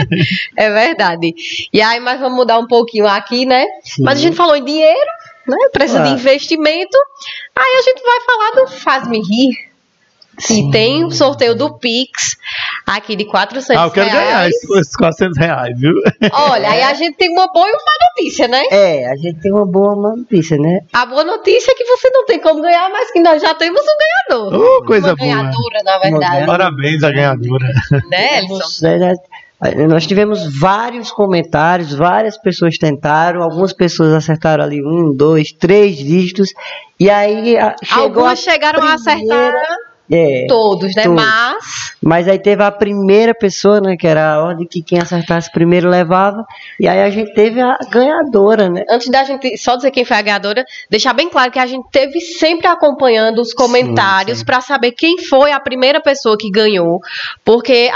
É verdade. E aí, mas vamos mudar um pouquinho aqui, né? Sim. Mas a gente falou em dinheiro, né? Precisa de investimento. Aí a gente vai falar do Faz-me Rir. E tem um sorteio do Pix aqui de R$400. Eu quero ganhar esses R$400, viu? Olha, aí a gente tem uma boa e uma má notícia, né? A gente tem uma boa notícia, né? A boa notícia é que você não tem como ganhar, mas que nós já temos um ganhador. Coisa uma ganhadora, na verdade. Parabéns à ganhadora. Né, Elson? Nós tivemos vários comentários, várias pessoas tentaram, algumas pessoas acertaram ali 1, 2, 3 dígitos, e aí algumas chegaram a acertar todos, né? Todos. Mas aí teve a primeira pessoa, né? Que era a ordem que quem acertasse primeiro levava. E aí a gente teve a ganhadora, né? Antes da gente só dizer quem foi a ganhadora, deixar bem claro que a gente teve sempre acompanhando os comentários para saber quem foi a primeira pessoa que ganhou. Porque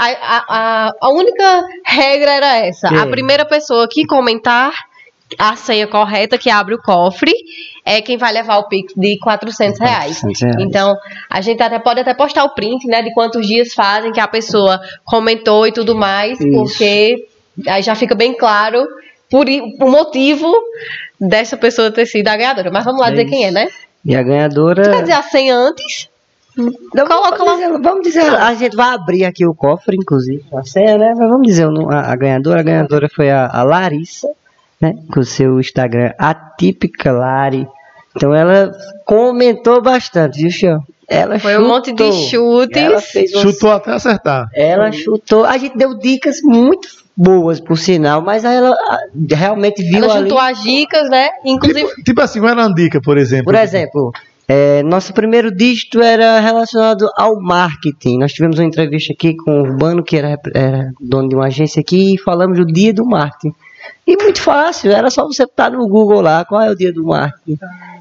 a única regra era essa. A primeira pessoa que comentar a senha correta, que abre o cofre, é quem vai levar o Pix de R$400. Então, a gente pode até postar o print, né, de quantos dias fazem que a pessoa comentou e tudo mais, porque aí já fica bem claro o motivo dessa pessoa ter sido a ganhadora. Mas vamos lá dizer quem é, né? E a ganhadora... Tu quer dizer a senha antes? Não, vamos dizer, a gente vai abrir aqui o cofre, inclusive, a senha, né? Mas vamos dizer a ganhadora. A ganhadora foi a Larissa, né, com o seu Instagram, Atípica Lari. Então ela comentou bastante, viu, Xô? Ela foi um monte de chutes. Chutou até acertar. Ela chutou. A gente deu dicas muito boas, por sinal, mas aí ela realmente viu ela chutou as dicas, né? Inclusive... Tipo assim, qual era uma dica, por exemplo? Por exemplo, nosso primeiro dígito era relacionado ao marketing. Nós tivemos uma entrevista aqui com o Urbano, que era dono de uma agência aqui, e falamos do dia do marketing. E muito fácil, era só você botar no Google lá, qual é o dia do marketing.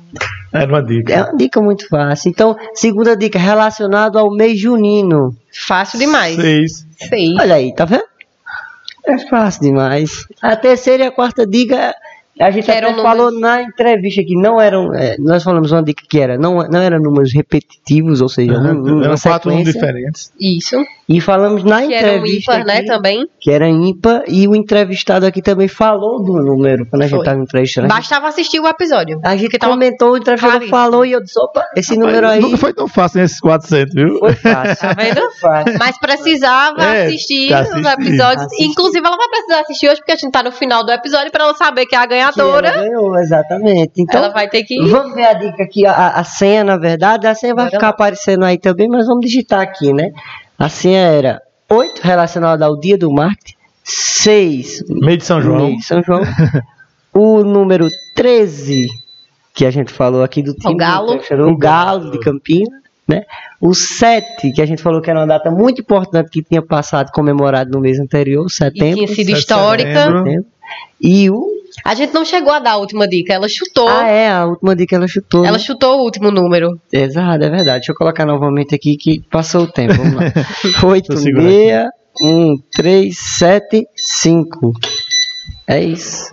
Era uma dica. É uma dica muito fácil. Então, segunda dica, relacionado ao mês junino. Fácil demais. 6. Olha aí, tá vendo? É fácil demais. A terceira e a quarta dica, a gente até falou na entrevista que não eram, nós falamos uma dica que não eram números repetitivos, ou seja, eram 4 números diferentes. Isso. E falamos na entrevista era ímpar, né, também. Que era ímpar, e o entrevistado aqui também falou do número, quando a gente estava entrevistando. Bastava assistir o episódio. A gente comentou, o entrevistado falou, e eu disse, opa, esse número aí... Nunca foi tão fácil nesses 400, viu? Foi fácil. Tá vendo? Mas precisava assistir os episódios. Inclusive, ela vai precisar assistir hoje, porque a gente tá no final do episódio, para ela saber que é a ganhadora. Que ela ganhou, exatamente. Então, ela vai ter que... Vamos ver a dica aqui, a senha, na verdade. A senha vai ficar aparecendo aí também, mas vamos digitar aqui, né? A senha era 8, relacionada ao dia do marketing. 6, mês de São João. O número 13, que a gente falou aqui do time. O Galo de Campinas. Né? O 7, que a gente falou que era uma data muito importante, que tinha passado comemorado no mês anterior, setembro. E tinha sido histórica. E o... A gente não chegou a dar a última dica, ela chutou. A última dica ela chutou. Ela chutou o último número. Exato, é verdade. Deixa eu colocar novamente aqui que passou o tempo. Vamos lá. 8, 6, 1, 3, 7, 5. É isso.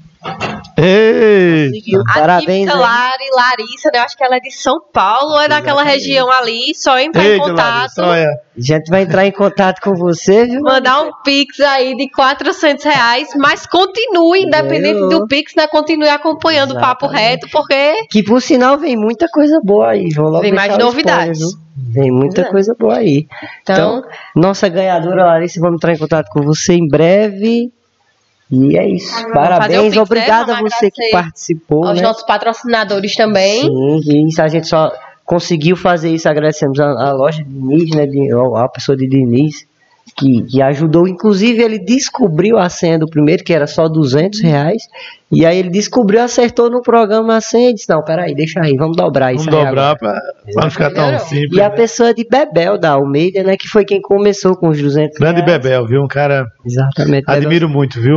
Ei! Parabéns. A Larissa, né? Eu acho que ela é de São Paulo ou é daquela região ali, só entrar em contato. A gente vai entrar em contato com você, viu? Mandar um Pix aí de R$400, mas continue, independente do Pix, né? Continue acompanhando o Papo Reto, porque... Que por sinal vem muita coisa boa aí. Vem mais novidades. Vem muita coisa boa aí. Então, nossa ganhadora Larissa, vamos entrar em contato com você em breve. E é isso. Parabéns, obrigado a você que participou. Aos nossos patrocinadores também. Sim, isso a gente só conseguiu fazer isso. Agradecemos a loja de Diniz, né, a pessoa de Diniz, que ajudou. Inclusive, ele descobriu a senha do primeiro, que era só R$200. E aí ele descobriu, acertou no programa a senha e disse: não, peraí, deixa aí, vamos dobrar isso. Vamos dobrar para não ficar tão simples. E a pessoa de Bebel, da Almeida, né, que foi quem começou com os R$200. Grande Bebel, viu? Um cara. Exatamente. Admiro muito, viu?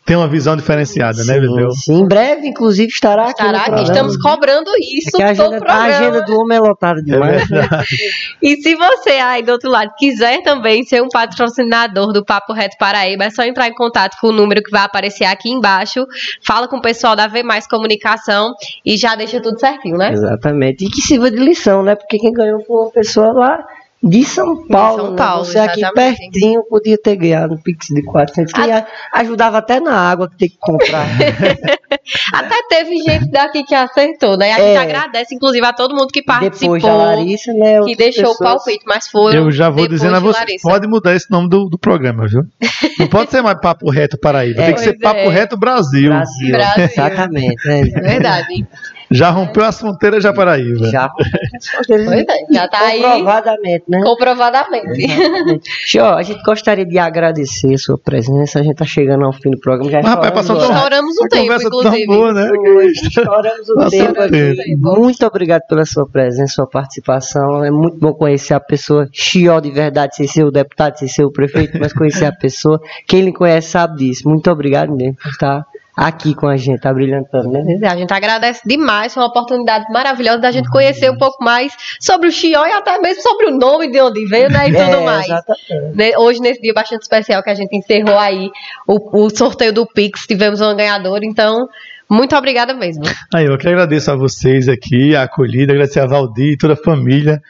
tem uma visão diferenciada, né, Bebel? Sim, em breve, inclusive, estará aqui. Estamos cobrando isso a agenda do homem é lotada demais. E se você aí do outro lado quiser também ser um patrocinador do Papo Reto Paraíba, é só entrar em contato com o número que vai aparecer aqui embaixo, fala com o pessoal da V Mais Comunicação e já deixa tudo certinho, né? Exatamente. E que sirva de lição, né? Porque quem ganhou foi uma pessoa lá de São Paulo, né? Você aqui pertinho podia ter ganhado um Pix de 400, que ajudava até na água que tem que comprar. Até teve gente daqui que acertou, né? A gente agradece, inclusive, a todo mundo que participou. Depois da Larissa, né? Que deixou o palpite, mas foi. Eu já vou dizendo a você, pode mudar esse nome do programa, viu? Não pode ser mais Papo Reto Paraíba, tem que ser Papo Reto Brasil. Exatamente. É verdade. Já rompeu as fronteiras da Paraíba. Já tá aí. Comprovadamente, né? Comprovadamente. Jó, a gente gostaria de agradecer a sua presença. A gente tá chegando ao fim do programa. Já estouramos o tempo, inclusive. Tão boa, né? Estouramos o tempo aqui. Muito obrigado pela sua presença, sua participação. É muito bom conhecer a pessoa. Chió de verdade, sem ser o deputado, sem ser o prefeito, mas conhecer a pessoa. Quem lhe conhece sabe disso. Muito obrigado mesmo por estar aqui com a gente, tá brilhantando, né? A gente agradece demais, foi uma oportunidade maravilhosa da gente conhecer um pouco mais sobre o Chió e até mesmo sobre o nome de onde veio, né, e tudo mais. Exatamente. Hoje, nesse dia bastante especial que a gente encerrou aí o sorteio do Pix, tivemos uma ganhadora, então, muito obrigada mesmo. Eu que agradeço a vocês aqui, a acolhida, agradecer a Valdir, toda a família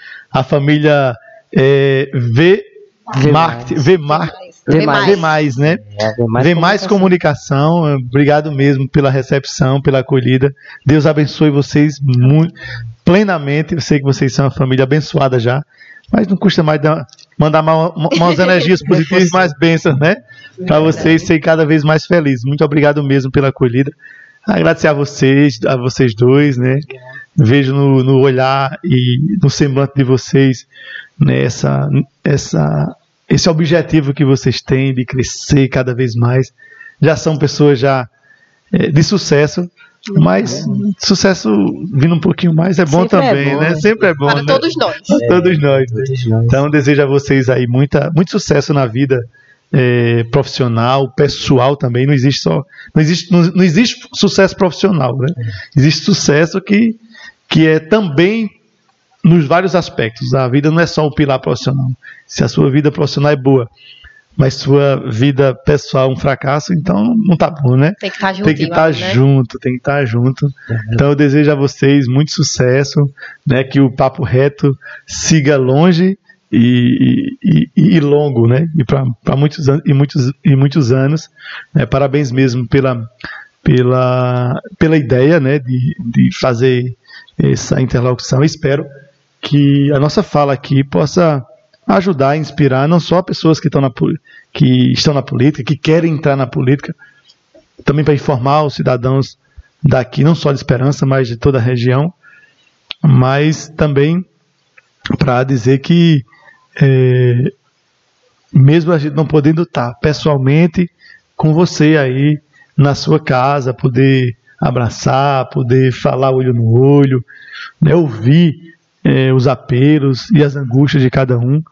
V Mais, né? V Mais Comunicação. Obrigado mesmo pela recepção, pela acolhida. Deus abençoe vocês muito, plenamente. Eu sei que vocês são uma família abençoada já, mas não custa mais mandar umas energias positivas e mais bênçãos, né? Para vocês serem cada vez mais felizes. Muito obrigado mesmo pela acolhida. Agradecer a vocês dois, né? Vejo no olhar e no semblante de vocês, né, esse objetivo que vocês têm de crescer cada vez mais. Já são pessoas de sucesso, mas sucesso vindo um pouquinho mais é bom também, né? Sempre é bom, para todos nós. Para todos nós. Então, desejo a vocês aí muito sucesso na vida profissional, pessoal também. Não existe sucesso profissional, né? Existe sucesso que é também nos vários aspectos. A vida não é só um pilar profissional. Se a sua vida profissional é boa, mas sua vida pessoal é um fracasso, então não tá bom, né? Tem que estar junto. Tem que estar junto. Então eu desejo a vocês muito sucesso, né? Que o Papo Reto siga longe e longo, né? E para muitos anos e muitos anos. Né? Parabéns mesmo pela ideia, né? De fazer essa interlocução. Espero que a nossa fala aqui possa ajudar a inspirar não só pessoas que estão na política, que querem entrar na política, também para informar os cidadãos daqui, não só de Esperança, mas de toda a região, mas também para dizer que mesmo a gente não podendo estar pessoalmente com você aí na sua casa, poder abraçar, poder falar olho no olho, né, ouvir os apelos e as angústias de cada um,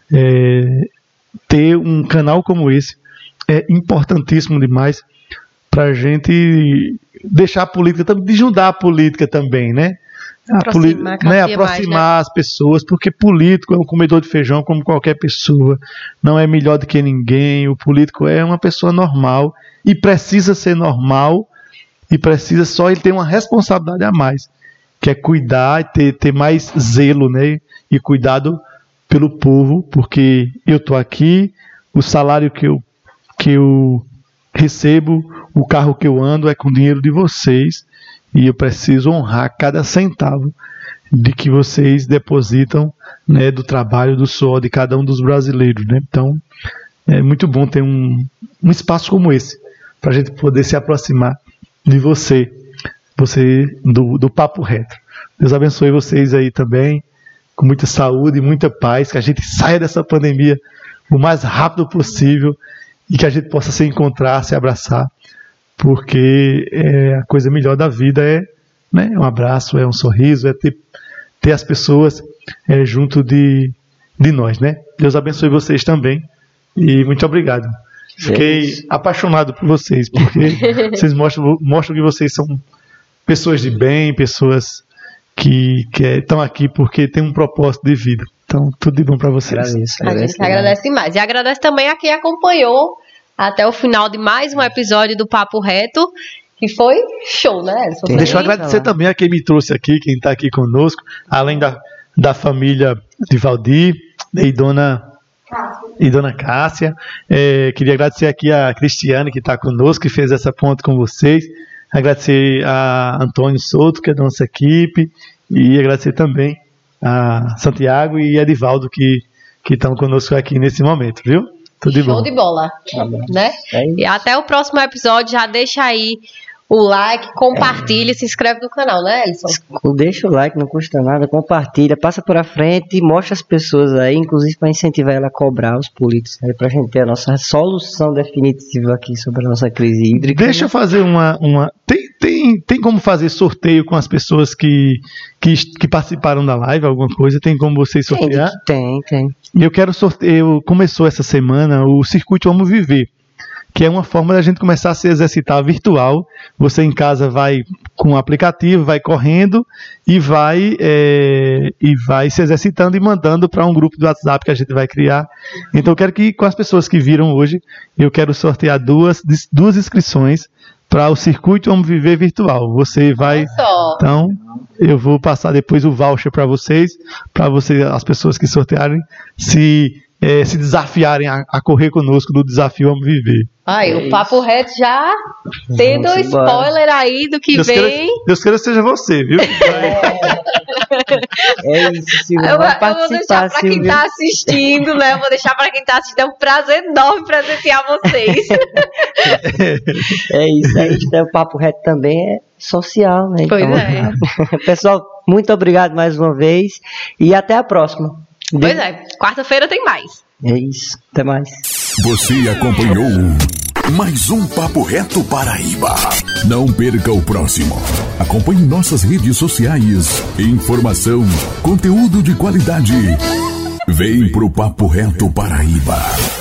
ter um canal como esse é importantíssimo demais para a gente deixar a política, desjundar a política também, né? Aproximar as pessoas, porque político é um comedor de feijão como qualquer pessoa, não é melhor do que ninguém. O político é uma pessoa normal e precisa ser normal, e precisa só ele ter uma responsabilidade a mais, que é cuidar e ter mais zelo, né? E cuidado pelo povo, porque eu estou aqui, o salário que eu recebo, o carro que eu ando é com dinheiro de vocês, e eu preciso honrar cada centavo de que vocês depositam, né, do trabalho, do suor de cada um dos brasileiros, né? Então, é muito bom ter um espaço como esse, para a gente poder se aproximar de você do Papo Reto. Deus abençoe vocês aí também, com muita saúde e muita paz, que a gente saia dessa pandemia o mais rápido possível e que a gente possa se encontrar, se abraçar, porque a coisa melhor da vida né, um abraço, um sorriso, ter as pessoas junto de nós, né? Deus abençoe vocês também e muito obrigado. Fiquei apaixonado por vocês, porque vocês mostram que vocês são pessoas de bem, pessoas que estão aqui porque tem um propósito de vida. Então, tudo de bom para vocês. A gente agradece demais. E agradece também a quem acompanhou até o final de mais um episódio do Papo Reto, que foi show, né? Deixa eu agradecer também a quem me trouxe aqui, quem está aqui conosco, além da família de Valdir e Dona Cássia. Queria agradecer aqui a Cristiane, que está conosco, que fez essa ponte com vocês. Agradecer a Antônio Souto, que é da nossa equipe, e agradecer também a Santiago e Edivaldo, que estão conosco aqui nesse momento, viu? Tudo de bom. Show de bola, né? E até o próximo episódio, já deixa aí o like, compartilha, se inscreve no canal, né, Ellison? Deixa o like, não custa nada, compartilha, passa por a frente e mostra as pessoas aí, inclusive para incentivar ela a cobrar os políticos, aí, pra gente ter a nossa solução definitiva aqui sobre a nossa crise hídrica. Deixa eu fazer tem como fazer sorteio com as pessoas que participaram da live, alguma coisa? Tem como vocês sortear? Tem. E eu quero sortear, começou essa semana o Circuito Vamos Viver, que é uma forma da gente começar a se exercitar virtual. Você em casa vai com o aplicativo, vai correndo e vai se exercitando e mandando para um grupo do WhatsApp que a gente vai criar. Então eu quero que com as pessoas que viram hoje, eu quero sortear duas inscrições para o Circuito Vamos Viver virtual. Você vai... Então, eu vou passar depois o voucher para vocês, as pessoas que sortearem, se desafiarem a correr conosco do desafio Vamos Viver. O Papo Reto já tendo spoiler aí do que vem. Deus queira seja você, viu? É isso, Silvia. Eu vou deixar para quem está assistindo, né? Eu vou deixar para quem está assistindo. É um prazer enorme presenciar vocês. É isso aí. O Papo Reto também é social, né? Pois é. Pessoal, muito obrigado mais uma vez e até a próxima. Pois é, quarta-feira tem mais. É isso, até mais. Você acompanhou mais um Papo Reto Paraíba. Não perca o próximo. Acompanhe nossas redes sociais. Informação, conteúdo de qualidade. Vem pro Papo Reto Paraíba.